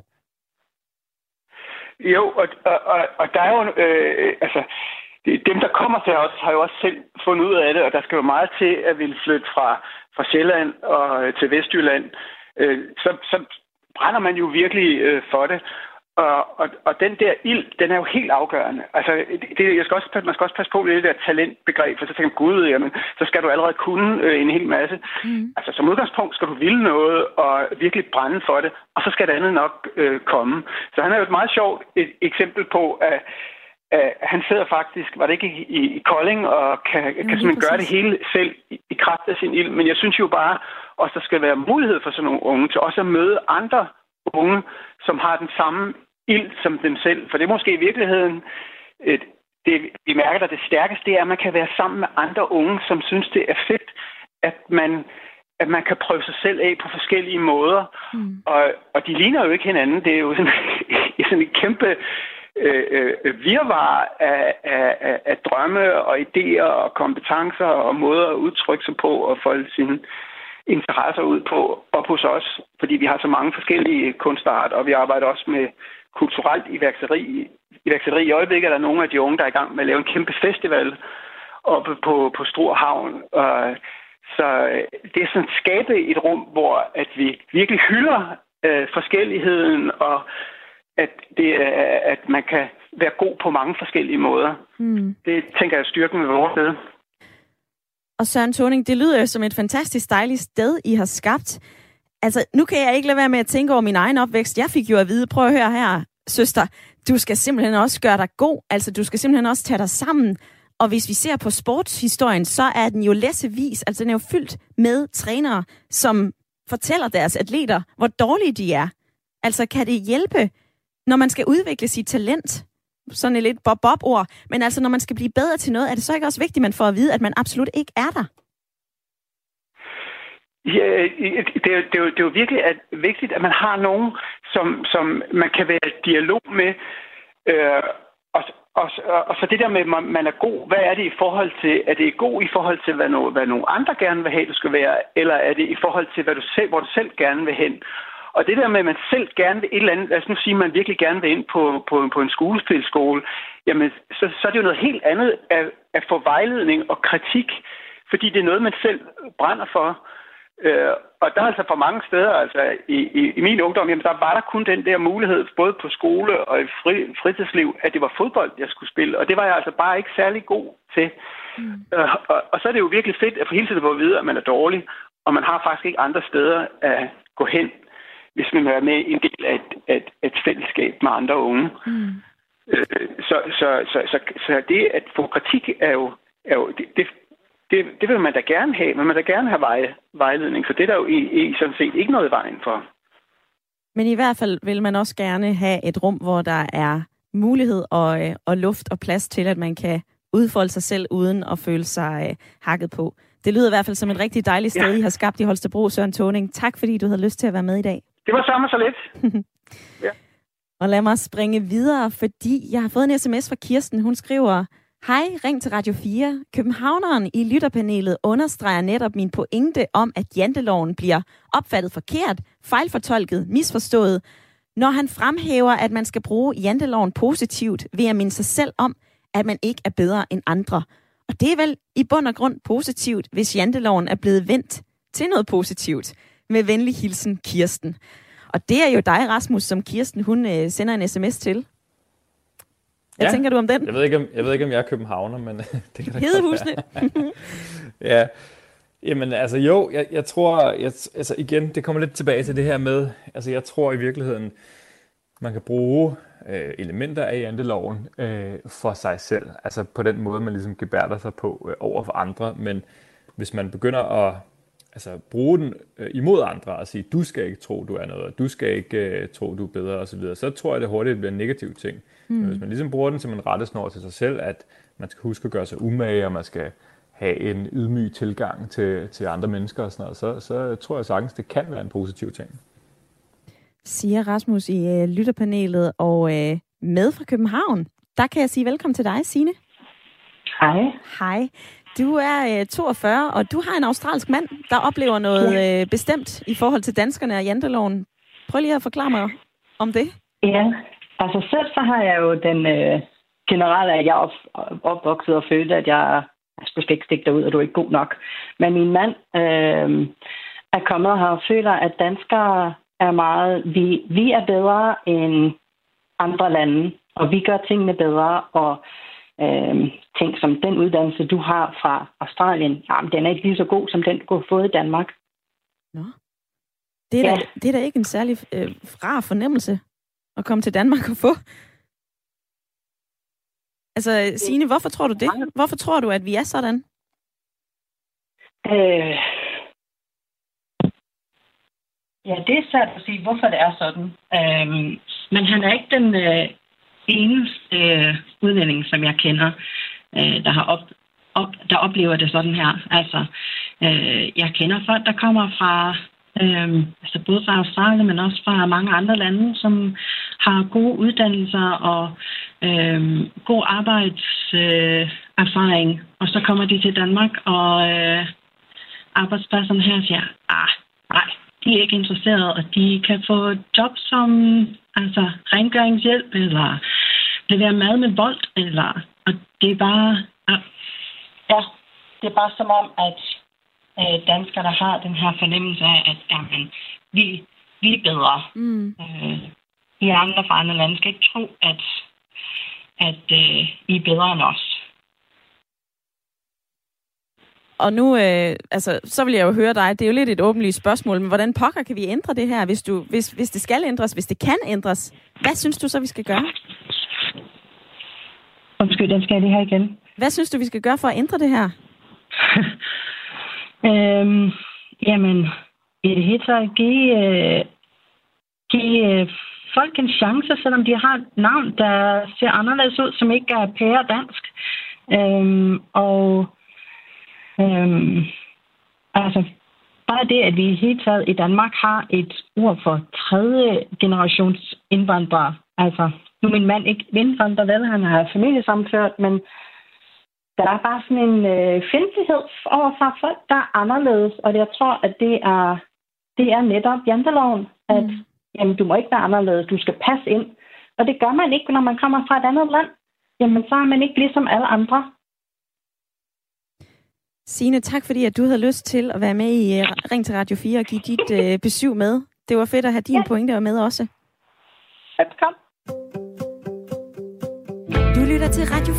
Jo, og der er jo, altså, dem der kommer til os, har jo også selv fundet ud af det, og der skal jo meget til at ville flytte fra Sjælland og til Vestjylland. Så brænder man jo virkelig for det. Og den der ild, den er jo helt afgørende. Altså, man skal også passe på med det der talentbegreb, for så tænker man, gud, jamen, så skal du allerede kunne en hel masse. Mm. Altså, som udgangspunkt skal du ville noget og virkelig brænde for det, og så skal det andet nok komme. Så han er jo et meget sjovt eksempel på, han sidder faktisk, var det ikke i Kolding, og kan simpelthen gøre det hele selv i kraft af sin ild. Men jeg synes jo bare, også der skal være mulighed for sådan nogle unge til også at møde andre unge, som har den samme ild som dem selv. For det er måske i virkeligheden, vi mærker, at det stærkeste det er, at man kan være sammen med andre unge, som synes, det er fedt, at man kan prøve sig selv af på forskellige måder. Og de ligner jo ikke hinanden. Det er jo sådan et kæmpe virvar af drømme og idéer og kompetencer og måder at udtrykke sig på og folde sine interesser ud på op hos os, fordi vi har så mange forskellige kunstarter, og vi arbejder også med kulturelt iværksætteri. I øjeblikket er der nogle af de unge, der er i gang med at lave en kæmpe festival oppe på Struer Havn. Så det er sådan at skabe et rum, hvor at vi virkelig hylder forskelligheden, og at man kan være god på mange forskellige måder. Det tænker jeg er styrken ved vores sted. Og Søren Thorning, det lyder jo som et fantastisk dejligt sted, I har skabt. Altså, nu kan jeg ikke lade være med at tænke over min egen opvækst. Jeg fik jo at vide, prøv at høre her, søster, du skal simpelthen også gøre dig god. Altså, du skal simpelthen også tage dig sammen. Og hvis vi ser på sportshistorien, så er den jo læssevis. Altså, den er jo fyldt med trænere, som fortæller deres atleter, hvor dårlige de er. Altså, kan det hjælpe, når man skal udvikle sit talent? Sådan et lidt bob-bob-ord. Men altså, når man skal blive bedre til noget, er det så ikke også vigtigt, at man får at vide, at man absolut ikke er der? Ja, det er jo virkelig vigtigt, at man har nogen, som man kan være i dialog med. Og så det der med, at man er god, hvad er det i forhold til? Er det god i forhold til, hvad nogle andre gerne vil have, du skal være? Eller er det i forhold til, hvor du selv gerne vil hen? Og det der med, at man selv gerne vil et eller andet, lad os nu sige, at man virkelig gerne vil ind på en skuespilskole, jamen, så er det jo noget helt andet at få vejledning og kritik, fordi det er noget, man selv brænder for. Og der er altså for mange steder, altså i min ungdom, jamen, der var der kun den der mulighed, både på skole og i fritidsliv, at det var fodbold, jeg skulle spille, og det var jeg altså bare ikke særlig god til. Og så er det jo virkelig fedt at få hele tiden at vide, at man er dårlig, og man har faktisk ikke andre steder at gå hen, hvis man er med en del af et fællesskab med andre unge. Så det at få kritik er jo det vil man da gerne have, men man vil da gerne have vejledning, så det er der jo sådan set ikke noget i vejen for. Men i hvert fald vil man også gerne have et rum, hvor der er mulighed og luft og plads til, at man kan udfolde sig selv uden at føle sig hakket på. Det lyder i hvert fald som et rigtig dejligt sted, I har skabt i Holstebro, Søren Thorning. Tak fordi du havde lyst til at være med i dag. Det var sammen så lidt. Ja. Og lad mig springe videre, fordi jeg har fået en sms fra Kirsten. Hun skriver: Hej, ring til Radio 4. Københavneren i lytterpanelet understreger netop min pointe om, at janteloven bliver opfattet forkert, fejlfortolket, misforstået, når han fremhæver, at man skal bruge janteloven positivt ved at minde sig selv om, at man ikke er bedre end andre. Og det er vel i bund og grund positivt, hvis janteloven er blevet vendt til noget positivt. Med venlig hilsen, Kirsten. Og det er jo dig, Rasmus, som Kirsten hun sender en sms til. Hvad tænker du om den? Jeg ved ikke, om jeg er københavner, men det kan da Hedehusene. Ja. Jamen, altså jo, jeg tror, altså igen, det kommer lidt tilbage til det her med, altså jeg tror i virkeligheden, man kan bruge elementer af janteloven for sig selv. Altså på den måde, man ligesom gebærder sig på over for andre. Men hvis man begynder at bruge den imod andre og sige, du skal ikke tro, du er noget, du skal ikke tro, du er bedre osv., så tror jeg, det hurtigt bliver en negativ ting. Men hvis man ligesom bruger den som en rettesnor til sig selv, at man skal huske at gøre sig umage, og man skal have en ydmyg tilgang til andre mennesker og sådan noget, så tror jeg sagtens, det kan være en positiv ting. Siger Rasmus i lytterpanelet, og med fra København, der kan jeg sige velkommen til dig, Signe. Hej. Hej. Du er 42, og du har en australsk mand, der oplever noget bestemt i forhold til danskerne og janteloven. Prøv lige at forklare mig om det. Ja, altså selv så har jeg jo den generelle, at jeg er opvokset og følte, at jeg skal ikke stikke dig ud, og du er ikke god nok. Men min mand er kommet her og føler, at danskere er meget, vi er bedre end andre lande, og vi gør tingene bedre, og ting som den uddannelse, du har fra Australien, jamen, den er ikke lige så god, som den, du kunne have fået i Danmark. Nå. Det er da ikke en særlig rar fornemmelse at komme til Danmark og få. Altså, Signe, hvorfor tror du det? Hvorfor tror du, at vi er sådan? Ja, det er svært at sige, hvorfor det er sådan. Men han er ikke den eneste udlænding, som jeg kender, der oplever det sådan her. Altså, jeg kender folk, der kommer fra både fra Australien, men også fra mange andre lande, som har gode uddannelser og god arbejdserfaring. Og så kommer de til Danmark, og arbejdspladserne her siger, nej, de er ikke interesserede, og de kan få job som rengøringshjælp, eller levere mad med vold, og det er bare, det er bare som om, at danskerne har den her fornemmelse af, at vi er bedre. I andre fra andre lande skal ikke tro, at I er bedre end os. Og nu, så vil jeg jo høre dig, det er jo lidt et åbenlyst spørgsmål, men hvordan pokker kan vi ændre det her, hvis det skal ændres, hvis det kan ændres? Hvad synes du så, vi skal gøre? Undskyld, den skal jeg lige have igen. Hvad synes du, vi skal gøre for at ændre det her? Jamen, i det hele taget give folk en chance, selvom de har et navn, der ser anderledes ud, som ikke er pære dansk. Bare det, at vi i hele taget i Danmark har et ord for 3. generations indvandrere. Altså, nu er min mand ikke indvandrer, vel, han har familiesammenført, men der er bare sådan en fjendtlighed overfor folk, der er anderledes. Og jeg tror, at det er netop janteloven, at jamen, du må ikke være anderledes, du skal passe ind. Og det gør man ikke, når man kommer fra et andet land. Jamen, så er man ikke ligesom alle andre. Signe, tak fordi at du havde lyst til at være med i Ring til Radio 4 og give dit besøg med. Det var fedt at have din pointe med også. Velkommen. Du lytter til Radio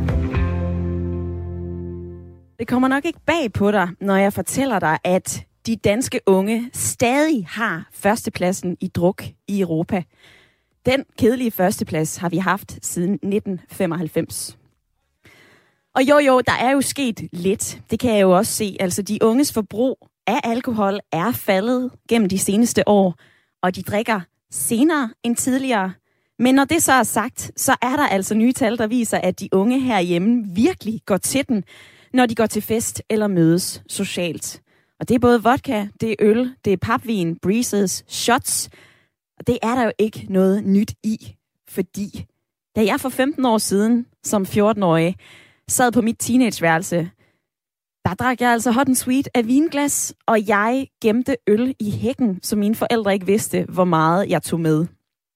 4. Det kommer nok ikke bag på dig, når jeg fortæller dig, at de danske unge stadig har førstepladsen i druk i Europa. Den kedelige førsteplads har vi haft siden 1995. Og jo, der er jo sket lidt. Det kan jeg jo også se. Altså, de unges forbrug af alkohol er faldet gennem de seneste år, og de drikker senere end tidligere. Men når det så er sagt, så er der altså nye tal, der viser, at de unge herhjemme virkelig går til den, når de går til fest eller mødes socialt. Og det er både vodka, det er øl, det er papvin, breezes, shots. Og det er der jo ikke noget nyt i, fordi da jeg for 15 år siden, som 14-årig, sad på mit teenageværelse, der drak jeg altså hot and sweet af vinglas, og jeg gemte øl i hækken, så mine forældre ikke vidste, hvor meget jeg tog med.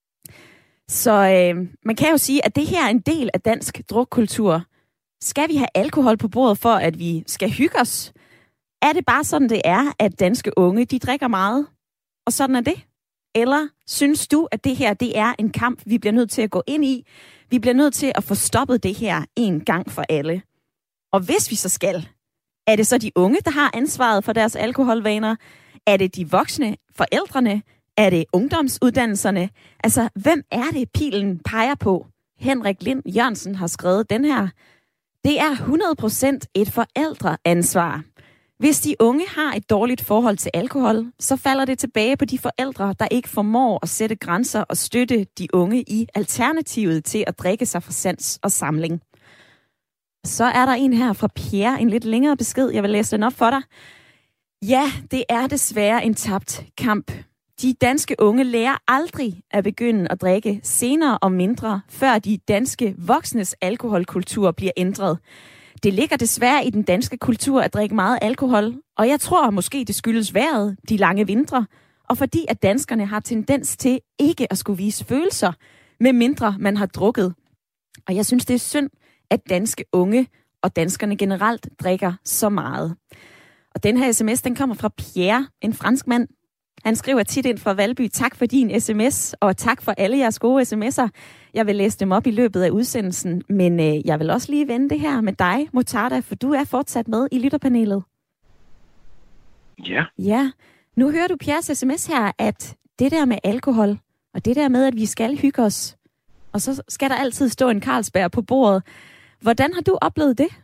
Så man kan jo sige, at det her er en del af dansk drukkultur. Skal vi have alkohol på bordet for, at vi skal hygge os? Er det bare sådan, det er, at danske unge, de drikker meget? Og sådan er det? Eller synes du, at det her, det er en kamp, vi bliver nødt til at gå ind i? Vi bliver nødt til at få stoppet det her en gang for alle. Og hvis vi så skal, er det så de unge, der har ansvaret for deres alkoholvaner? Er det de voksne, forældrene? Er det ungdomsuddannelserne? Altså, hvem er det, pilen peger på? Henrik Lind Jørgensen har skrevet den her. Det er 100% et forældreansvar. Hvis de unge har et dårligt forhold til alkohol, så falder det tilbage på de forældre, der ikke formår at sætte grænser og støtte de unge i alternativet til at drikke sig for sans og samling. Så er der en her fra Pierre, en lidt længere besked. Jeg vil læse den op for dig. Ja, det er desværre en tabt kamp. De danske unge lærer aldrig at begynde at drikke senere og mindre, før de danske voksnes alkoholkultur bliver ændret. Det ligger desværre i den danske kultur at drikke meget alkohol, og jeg tror måske det skyldes vejret, de lange vintre, og fordi at danskerne har tendens til ikke at skulle vise følelser, med mindre man har drukket. Og jeg synes, det er synd, at danske unge og danskerne generelt drikker så meget. Og den her sms, den kommer fra Pierre, en fransk mand. Han skriver tit ind fra Valby, tak for din sms, og tak for alle jeres gode sms'er. Jeg vil læse dem op i løbet af udsendelsen, men jeg vil også lige vende det her med dig, Mutarda, for du er fortsat med i lytterpanelet. Ja. Ja, nu hører du Pierres sms her, at det der med alkohol, og det der med, at vi skal hygge os, og så skal der altid stå en Carlsberg på bordet. Hvordan har du oplevet det?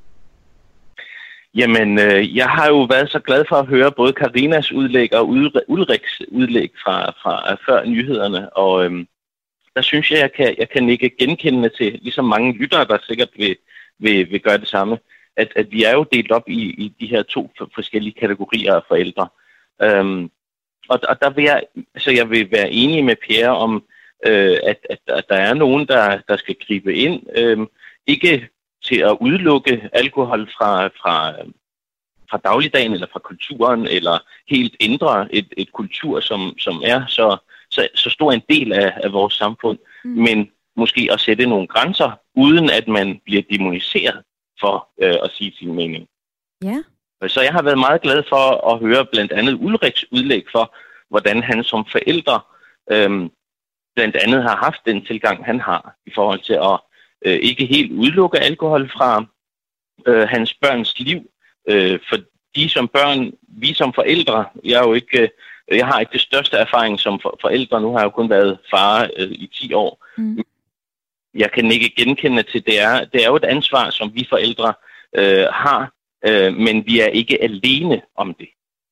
Jamen, jeg har jo været så glad for at høre både Karinas udlæg og Ulriks udlæg fra før nyhederne, og der synes jeg kan nikke genkendende til, ligesom mange lyttere, der sikkert vil gøre det samme, at vi er jo delt op i de her 2 forskellige kategorier af forældre. Og der vil jeg vil være enig med Pierre om, at der er nogen, der skal gribe ind, ikke til at udelukke alkohol fra dagligdagen eller fra kulturen, eller helt ændre et kultur, som er så stor en del af vores samfund, men måske at sætte nogle grænser, uden at man bliver demoniseret for at sige sin mening. Ja. Så jeg har været meget glad for at høre blandt andet Ulriks udlæg for, hvordan han som forældre blandt andet har haft den tilgang, han har i forhold til at ikke helt udelukke alkohol fra hans børns liv. For de som børn, vi som forældre, jeg har ikke det største erfaring som forældre, nu har jeg jo kun været far i 10 år. Jeg kan ikke genkende til, det er jo et ansvar, som vi forældre har, men vi er ikke alene om det.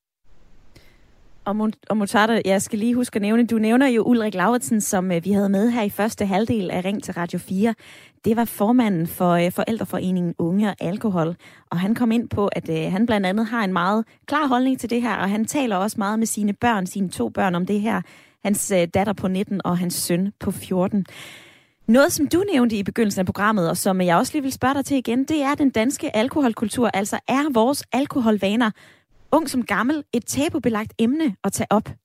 Og Mutarda, jeg skal lige huske at nævne, du nævner jo Ulrik Lauritsen, som vi havde med her i første halvdel af Ring til Radio 4. Det var formanden for Forældreforeningen Unge og Alkohol, og han kom ind på, at han blandt andet har en meget klar holdning til det her, og han taler også meget med sine 2 børn om det her. Hans datter på 19 og hans søn på 14. Noget, som du nævnte i begyndelsen af programmet, og som jeg også lige vil spørge dig til igen, det er den danske alkoholkultur. Altså er vores alkoholvaner, ung som gammel, et tabubelagt emne at tage op?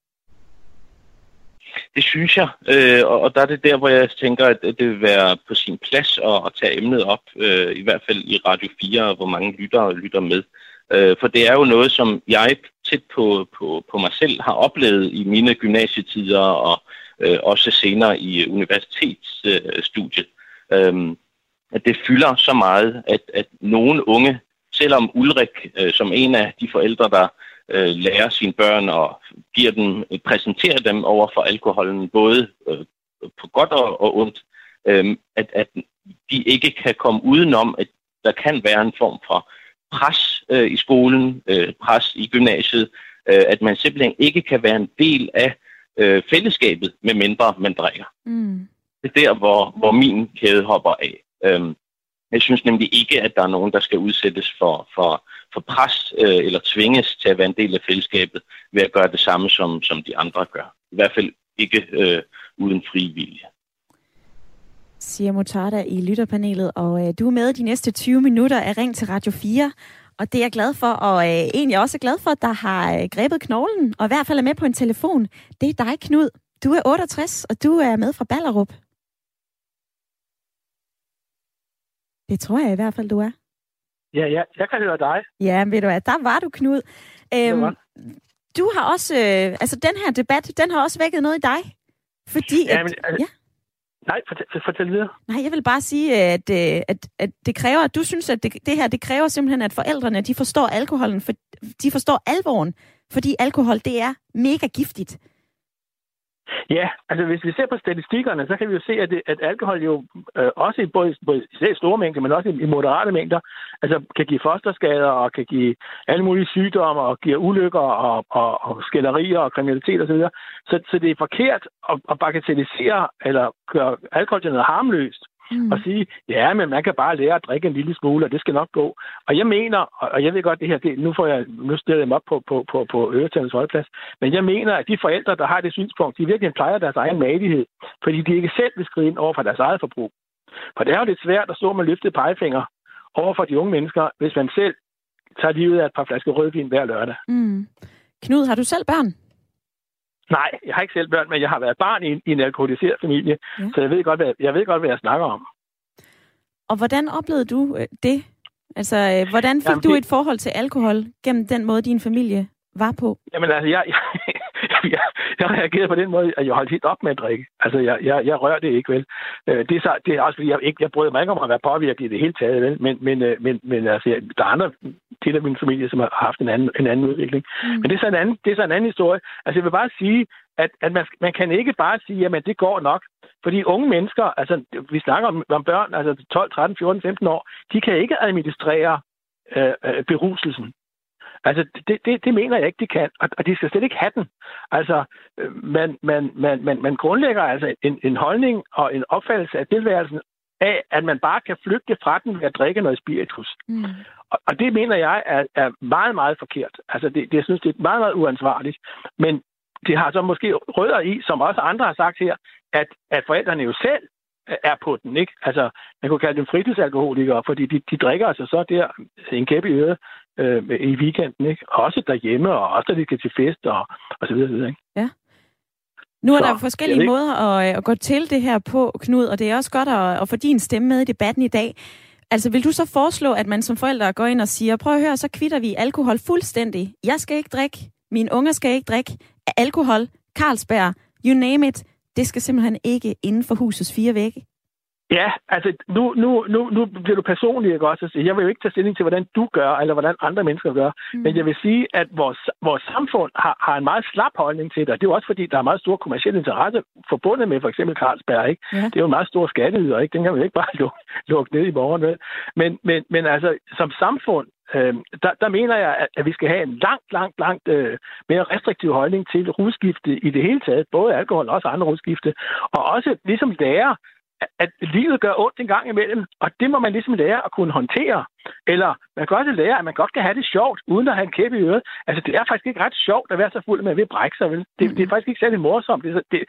Det synes jeg, og der er det der, hvor jeg tænker, at det vil være på sin plads at tage emnet op, i hvert fald i Radio 4, hvor mange lytter med. For det er jo noget, som jeg tæt på mig selv har oplevet i mine gymnasietider, og også senere i universitetsstudiet. At det fylder så meget, at nogle unge, selvom Ulrik som en af de forældre, der lærer sine børn og præsenterer dem over for alkoholen, både på godt og ondt, at de ikke kan komme udenom, at der kan være en form for pres i skolen, pres i gymnasiet, at man simpelthen ikke kan være en del af fællesskabet, med mindre man drikker. Det er der, hvor min kæde hopper af. Jeg synes nemlig ikke, at der er nogen, der skal udsættes for pres eller tvinges til at være en del af fællesskabet ved at gøre det samme, som de andre gør. I hvert fald ikke uden fri vilje. Siger Mutarda i lytterpanelet, og du er med de næste 20 minutter af Ring til Radio 4. Og det er jeg glad for, og egentlig også glad for, at der har grebet knoglen, og i hvert fald er med på en telefon. Det er dig, Knud. Du er 68, og du er med fra Ballerup. Det tror jeg i hvert fald, du er. Ja, jeg kan høre dig. Ja, ved du hvad, der var du, Knud. Du har også, den her debat, den har også vækket noget i dig. Fordi Nej, fortæl videre. Nej, jeg vil bare sige, at det kræver, at du synes, at det her, det kræver simpelthen, at forældrene, de forstår alkoholen, de forstår alvoren, fordi alkohol, det er mega giftigt. Ja, altså hvis vi ser på statistikkerne, så kan vi jo se, at alkohol jo også i både store mængder, men også i moderate mængder, altså kan give fosterskader og kan give alle mulige sygdomme og giver ulykker og skænderier og kriminalitet osv. Så det er forkert at bagatellisere eller gøre alkohol til noget harmløst. Og sige, ja, men man kan bare lære at drikke en lille smule, og det skal nok gå. Og jeg mener, og jeg ved godt, det her, nu stiller jeg dem op på Øretandens Højplads, men jeg mener, at de forældre, der har det synspunkt, de virkelig plejer deres egen madighed, fordi de ikke selv vil skride ind over for deres eget forbrug. For det er jo lidt svært at stå med løftede pegefinger over for de unge mennesker, hvis man selv tager livet af et par flasker rødvin hver lørdag. Knud, har du selv børn? Nej, jeg har ikke selv børn, men jeg har været barn i en alkoholiseret familie, så jeg ved godt, hvad jeg snakker om. Og hvordan oplevede du det? Altså, hvordan fik du et forhold til alkohol gennem den måde, din familie var på? Jamen altså, jeg reagerede på den måde, at jeg holdt helt op med at drikke. Altså, jeg rører det ikke, vel. Det er også fordi, jeg brød mig ikke om at være påvirket i det hele taget, vel. Men altså, der er andre til af min familie, som har haft en anden udvikling. Men det er så en anden historie. Altså, jeg vil bare sige, at man kan ikke bare sige, jamen det går nok. Fordi unge mennesker, altså vi snakker om børn, altså 12, 13, 14, 15 år, de kan ikke administrere beruselsen. Altså, det mener jeg ikke, de kan, og de skal slet ikke have den. Altså, man grundlægger altså en holdning og en opfattelse af tilværelsen af, at man bare kan flygte fra den ved at drikke noget spiritus. Mm. Og det mener jeg er meget, meget forkert. Altså, jeg synes, det er meget, meget uansvarligt. Men det har så måske rødder i, som også andre har sagt her, at forældrene jo selv er på den, ikke? Altså, man kunne kalde dem fritidsalkoholikere, fordi de drikker altså så der en kæppe i øret i weekenden, ikke? Også derhjemme, og også da de skal til fest, og så videre, ikke? Ja. Nu er der forskellige måder at gå til det her på, Knud, og det er også godt at få din stemme med i debatten i dag. Altså, vil du så foreslå, at man som forældre går ind og siger, prøv at høre, så kvitter vi alkohol fuldstændig. Jeg skal ikke drikke, mine unger skal ikke drikke alkohol, Carlsberg, you name it. Det skal simpelthen ikke inden for husets 4 vægge. Ja, altså nu bliver du personlig, ikke også? Jeg vil jo ikke tage stilling til, hvordan du gør, eller hvordan andre mennesker gør. Men jeg vil sige, at vores samfund har en meget slap holdning til det. Det er jo også fordi, der er meget stor kommerciel interesse forbundet med for eksempel Carlsberg, ikke? Ja. Det er jo en meget stor skatteyder, ikke? Den kan man jo ikke bare lukke ned i morgen, vel? Men altså, som samfund, der mener jeg, at vi skal have en langt mere restriktiv holdning til rusgifte i det hele taget, både alkohol og også andre rusgifte, og også ligesom lære, at livet gør ondt en gang imellem, og det må man ligesom lære at kunne håndtere. Eller man kan også lære, at man godt kan have det sjovt, uden at have en kæppe i øret. Altså, det er faktisk ikke ret sjovt at være så fuld, at man vil brække sig, vel? Det er faktisk ikke særlig morsomt.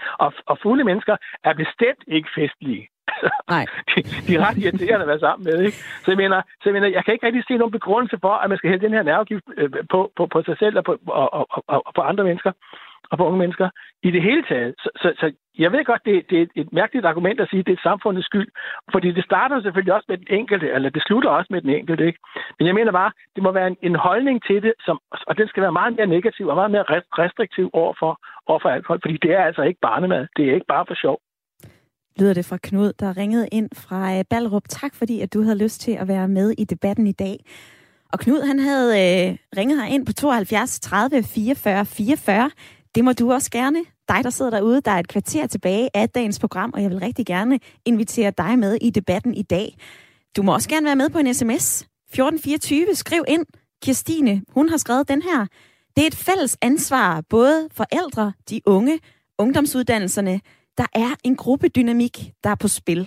Og fulde mennesker er bestemt ikke festlige. Nej. De er ret irriterende at være sammen med, ikke? Så jeg mener, jeg kan ikke rigtig se nogen begrundelse for, at man skal hælde den her nervegift på sig selv og på andre mennesker og på unge mennesker i det hele taget. Så jeg ved godt, det er et mærkeligt argument at sige, at det er samfundets skyld, fordi det starter selvfølgelig også med den enkelte, eller det slutter også med den enkelte, ikke? Men jeg mener bare, det må være en holdning til det, og den skal være meget mere negativ og meget mere restriktiv overfor alkohol, fordi det er altså ikke barnemad. Det er ikke bare for sjov. Lyder det fra Knud, der ringede ind fra Ballerup. Tak fordi, at du havde lyst til at være med i debatten i dag. Og Knud, han havde ringet her ind på 72 30 44 44. Det må du også gerne. Dig, der sidder derude, der er et kvarter tilbage af dagens program, og jeg vil rigtig gerne invitere dig med i debatten i dag. Du må også gerne være med på en sms. 1424. Skriv ind. Kirstine, hun har skrevet den her. Det er et fælles ansvar, både forældre, de unge, ungdomsuddannelserne. Der er en gruppedynamik, der er på spil.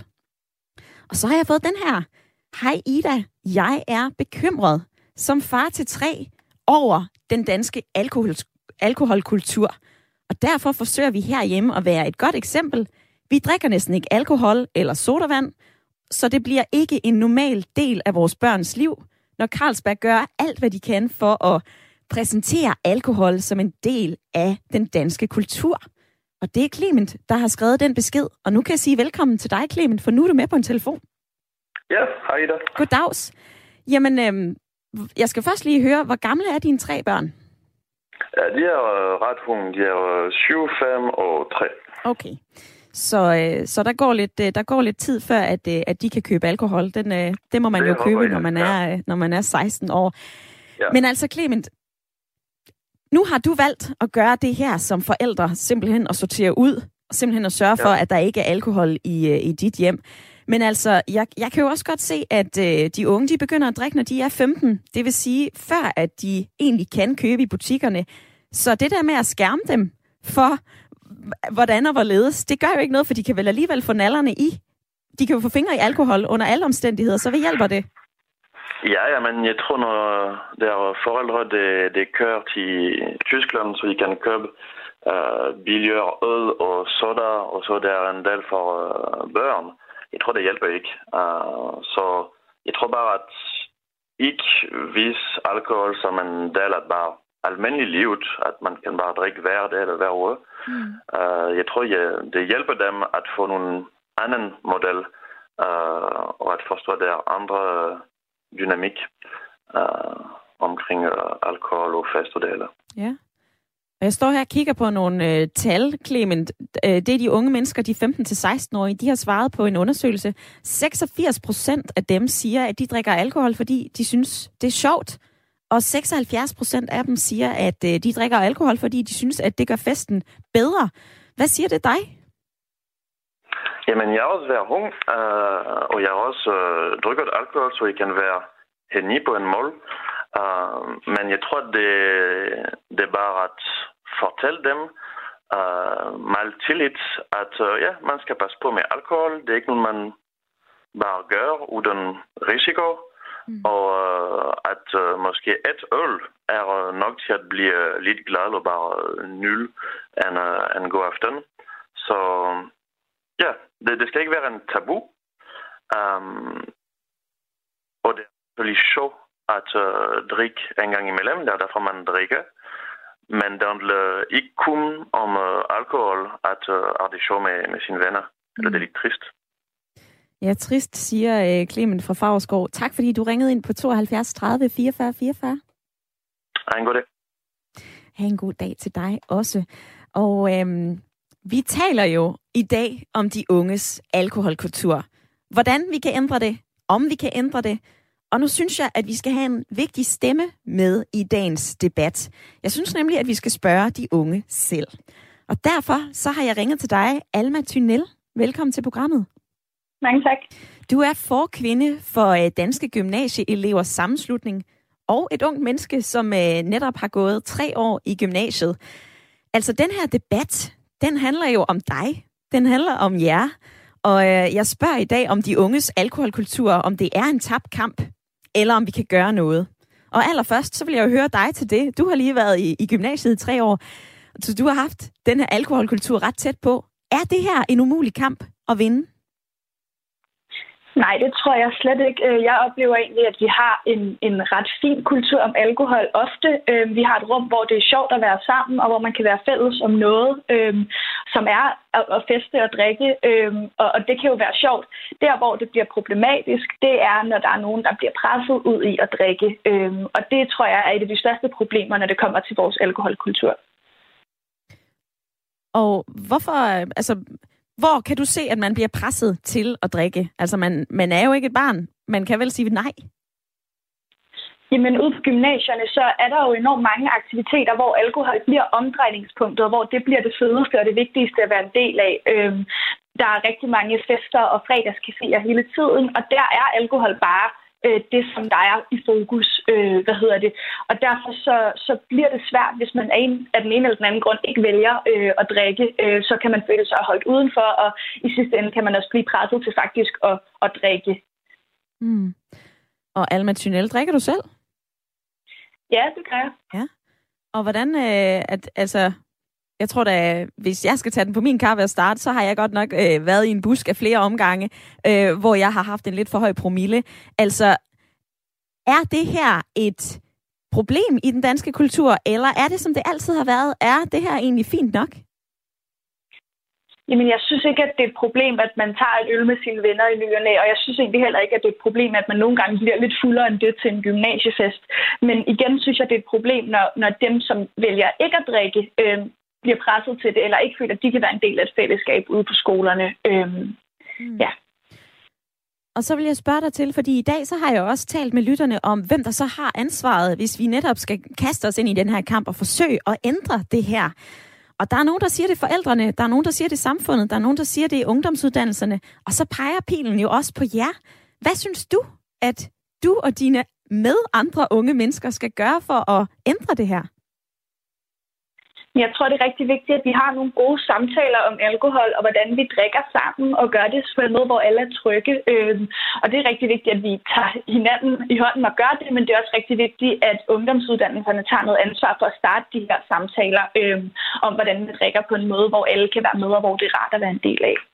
Og så har jeg fået den her. Hej Ida, jeg er bekymret som far til 3 over den danske alkoholkultur. Og derfor forsøger vi herhjemme at være et godt eksempel. Vi drikker næsten ikke alkohol eller sodavand, så det bliver ikke en normal del af vores børns liv, når Carlsberg gør alt, hvad de kan for at præsentere alkohol som en del af den danske kultur. Og det er Clement, der har skrevet den besked. Og nu kan jeg sige velkommen til dig, Clement, for nu er du med på en telefon. Ja, hej Ida. Goddags. Jamen, jeg skal først lige høre, hvor gamle er dine 3 børn? Ja, de er ret unge. De er 7, 5 og 3. Okay. Så der går lidt tid før, at de kan købe alkohol. Det må man jo købe, når man er 16 år. Ja. Men altså, Clement, nu har du valgt at gøre det her som forældre, simpelthen at sortere ud, og simpelthen at sørge for, at der ikke er alkohol i dit hjem. Men altså, jeg kan jo også godt se, at de unge, de begynder at drikke, når de er 15. Det vil sige, før at de egentlig kan købe i butikkerne. Så det der med at skærme dem for, hvordan og hvorledes, det gør jo ikke noget, for de kan vel alligevel få nallerne i. De kan jo få fingre i alkohol under alle omstændigheder, så hvad hjælper det? Ja, men jeg tror, når der er forældre, det kører til Tyskland, så de kan købe billigere øl og soda, og så der er en del for børn. Jeg tror, det hjælper ikke. Så jeg tror bare, at ikke vis alkohol som en del af bare almindelig livet, at man kan bare drikke hver dag eller hver uge. Jeg tror, det hjælper dem at få nogle anden model, og at forstå der andre dynamik omkring alkohol og festuddeler. Ja. Jeg står her og kigger på nogle tal, Clement. Det er de unge mennesker, de 15-16-årige, de har svaret på en undersøgelse. 86% af dem siger, at de drikker alkohol, fordi de synes, det er sjovt. Og 76% af dem siger, at de drikker alkohol, fordi de synes, at det gør festen bedre. Hvad siger det dig? Jamen, jeg har også været ung, og jeg har også drukket alkohol, så jeg kan være henne på en mål. Men jeg tror, det er bare at fortælle dem meget tillid, at man skal passe på med alkohol. Det er ikke noget, man bare gør uden risiko. Og at måske et øl er nok til at blive lidt glad og bare nul en god aften. Så ja, det skal ikke være en tabu. Og det er selvfølgelig sjovt at drikke en gang imellem. Det er derfor, man drikker. Men det handler ikke kun om alkohol, at er det sjovt med sine venner. Eller det er lidt trist. Ja, trist, siger Clement fra Favrskov. Tak, fordi du ringede ind på 72 30 44 44. Ha' en god dag. Ha' en god dag til dig også. Og vi taler jo i dag om de unges alkoholkultur. Hvordan vi kan ændre det, om vi kan ændre det. Og nu synes jeg, at vi skal have en vigtig stemme med i dagens debat. Jeg synes nemlig, at vi skal spørge de unge selv. Og derfor så har jeg ringet til dig, Alma Thynel. Velkommen til programmet. Mange tak. Du er forkvinde for Danske Gymnasieelevers Sammenslutning og et ungt menneske, som netop har gået 3 år i gymnasiet. Altså den her debat, den handler jo om dig. Den handler om jer. Og jeg spørger i dag om de unges alkoholkultur, om det er en tabt kamp, eller om vi kan gøre noget. Og allerførst, så vil jeg jo høre dig til det. Du har lige været i gymnasiet i 3 år, så du har haft den her alkoholkultur ret tæt på. Er det her en umulig kamp at vinde? Nej, det tror jeg slet ikke. Jeg oplever egentlig, at vi har en ret fin kultur om alkohol ofte. Vi har et rum, hvor det er sjovt at være sammen, og hvor man kan være fælles om noget, som er at feste og drikke. Og det kan jo være sjovt. Der, hvor det bliver problematisk, det er, når der er nogen, der bliver presset ud i at drikke. Og det tror jeg er et af de største problemer, når det kommer til vores alkoholkultur. Og hvorfor... Hvor kan du se, at man bliver presset til at drikke? Altså, man er jo ikke et barn. Man kan vel sige nej? Jamen, ude på gymnasierne, så er der jo enormt mange aktiviteter, hvor alkohol bliver omdrejningspunktet, hvor det bliver det fedeste og det vigtigste at være en del af. Der er rigtig mange fester og fredagscaféer hele tiden, og der er alkohol bare det, som der er i fokus. Og derfor så bliver det svært, hvis man af den ene eller den anden grund ikke vælger at drikke, så kan man føle sig holdt udenfor, og i sidste ende kan man også blive presset til faktisk at drikke. Og Alma Thynel, drikker du selv? Ja, det gør jeg. Ja. Og hvordan, jeg tror da, hvis jeg skal tage den på min kappe og starte, så har jeg godt nok været i en busk af flere omgange, hvor jeg har haft en lidt for høj promille. Altså, er det her et problem i den danske kultur, eller er det, som det altid har været? Er det her egentlig fint nok? Jamen, jeg synes ikke, at det er et problem, at man tager et øl med sine venner i ny og næ, og jeg synes egentlig heller ikke, at det er et problem, at man nogle gange bliver lidt fuldere end det til en gymnasiefest. Men igen synes jeg, det er et problem, når dem, som vælger ikke at drikke, bliver presset til det, eller ikke føler, at de kan være en del af et fællesskab ude på skolerne. Ja. Og så vil jeg spørge dig til, fordi i dag så har jeg også talt med lytterne om, hvem der så har ansvaret, hvis vi netop skal kaste os ind i den her kamp og forsøge at ændre det her. Og der er nogen, der siger det forældrene, der er nogen, der siger det samfundet, der er nogen, der siger det i ungdomsuddannelserne, og så peger pilen jo også på jer. Hvad synes du, at du og dine med andre unge mennesker skal gøre for at ændre det her? Jeg tror, det er rigtig vigtigt, at vi har nogle gode samtaler om alkohol, og hvordan vi drikker sammen, og gør det på en måde, hvor alle er trygge. Og det er rigtig vigtigt, at vi tager hinanden i hånden og gør det, men det er også rigtig vigtigt, at ungdomsuddannelserne tager noget ansvar for at starte de her samtaler om, hvordan vi drikker på en måde, hvor alle kan være med, og hvor det er rart at være en del af.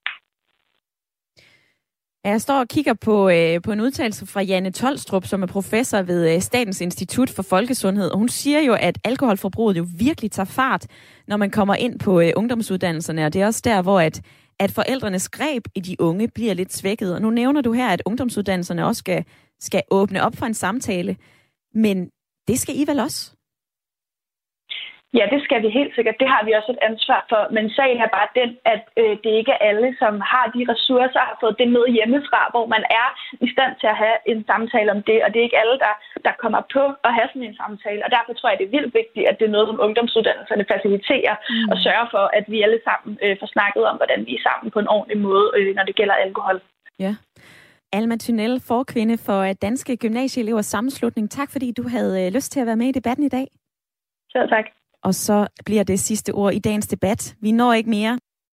Jeg står og kigger på en udtalelse fra Janne Tolstrup, som er professor ved Statens Institut for Folkesundhed. Og hun siger jo, at alkoholforbruget jo virkelig tager fart, når man kommer ind på ungdomsuddannelserne. Og det er også der, hvor at forældrenes greb i de unge bliver lidt svækket. Og nu nævner du her, at ungdomsuddannelserne også skal åbne op for en samtale. Men det skal I vel også? Ja, det skal vi helt sikkert. Det har vi også et ansvar for. Men sagen er bare den, at det ikke er alle, som har de ressourcer, har fået det med hjemmefra, hvor man er i stand til at have en samtale om det. Og det er ikke alle, der kommer på at have sådan en samtale. Og derfor tror jeg, det er vildt vigtigt, at det er noget, som ungdomsuddannelserne faciliterer og sørger for, at vi alle sammen får snakket om, hvordan vi er sammen på en ordentlig måde, når det gælder alkohol. Ja. Alma Thynell, forkvinde for Danske Gymnasieelevers Sammenslutning. Tak, fordi du havde lyst til at være med i debatten i dag. Selv tak. Og så bliver det sidste ord i dagens debat. Vi når ikke mere.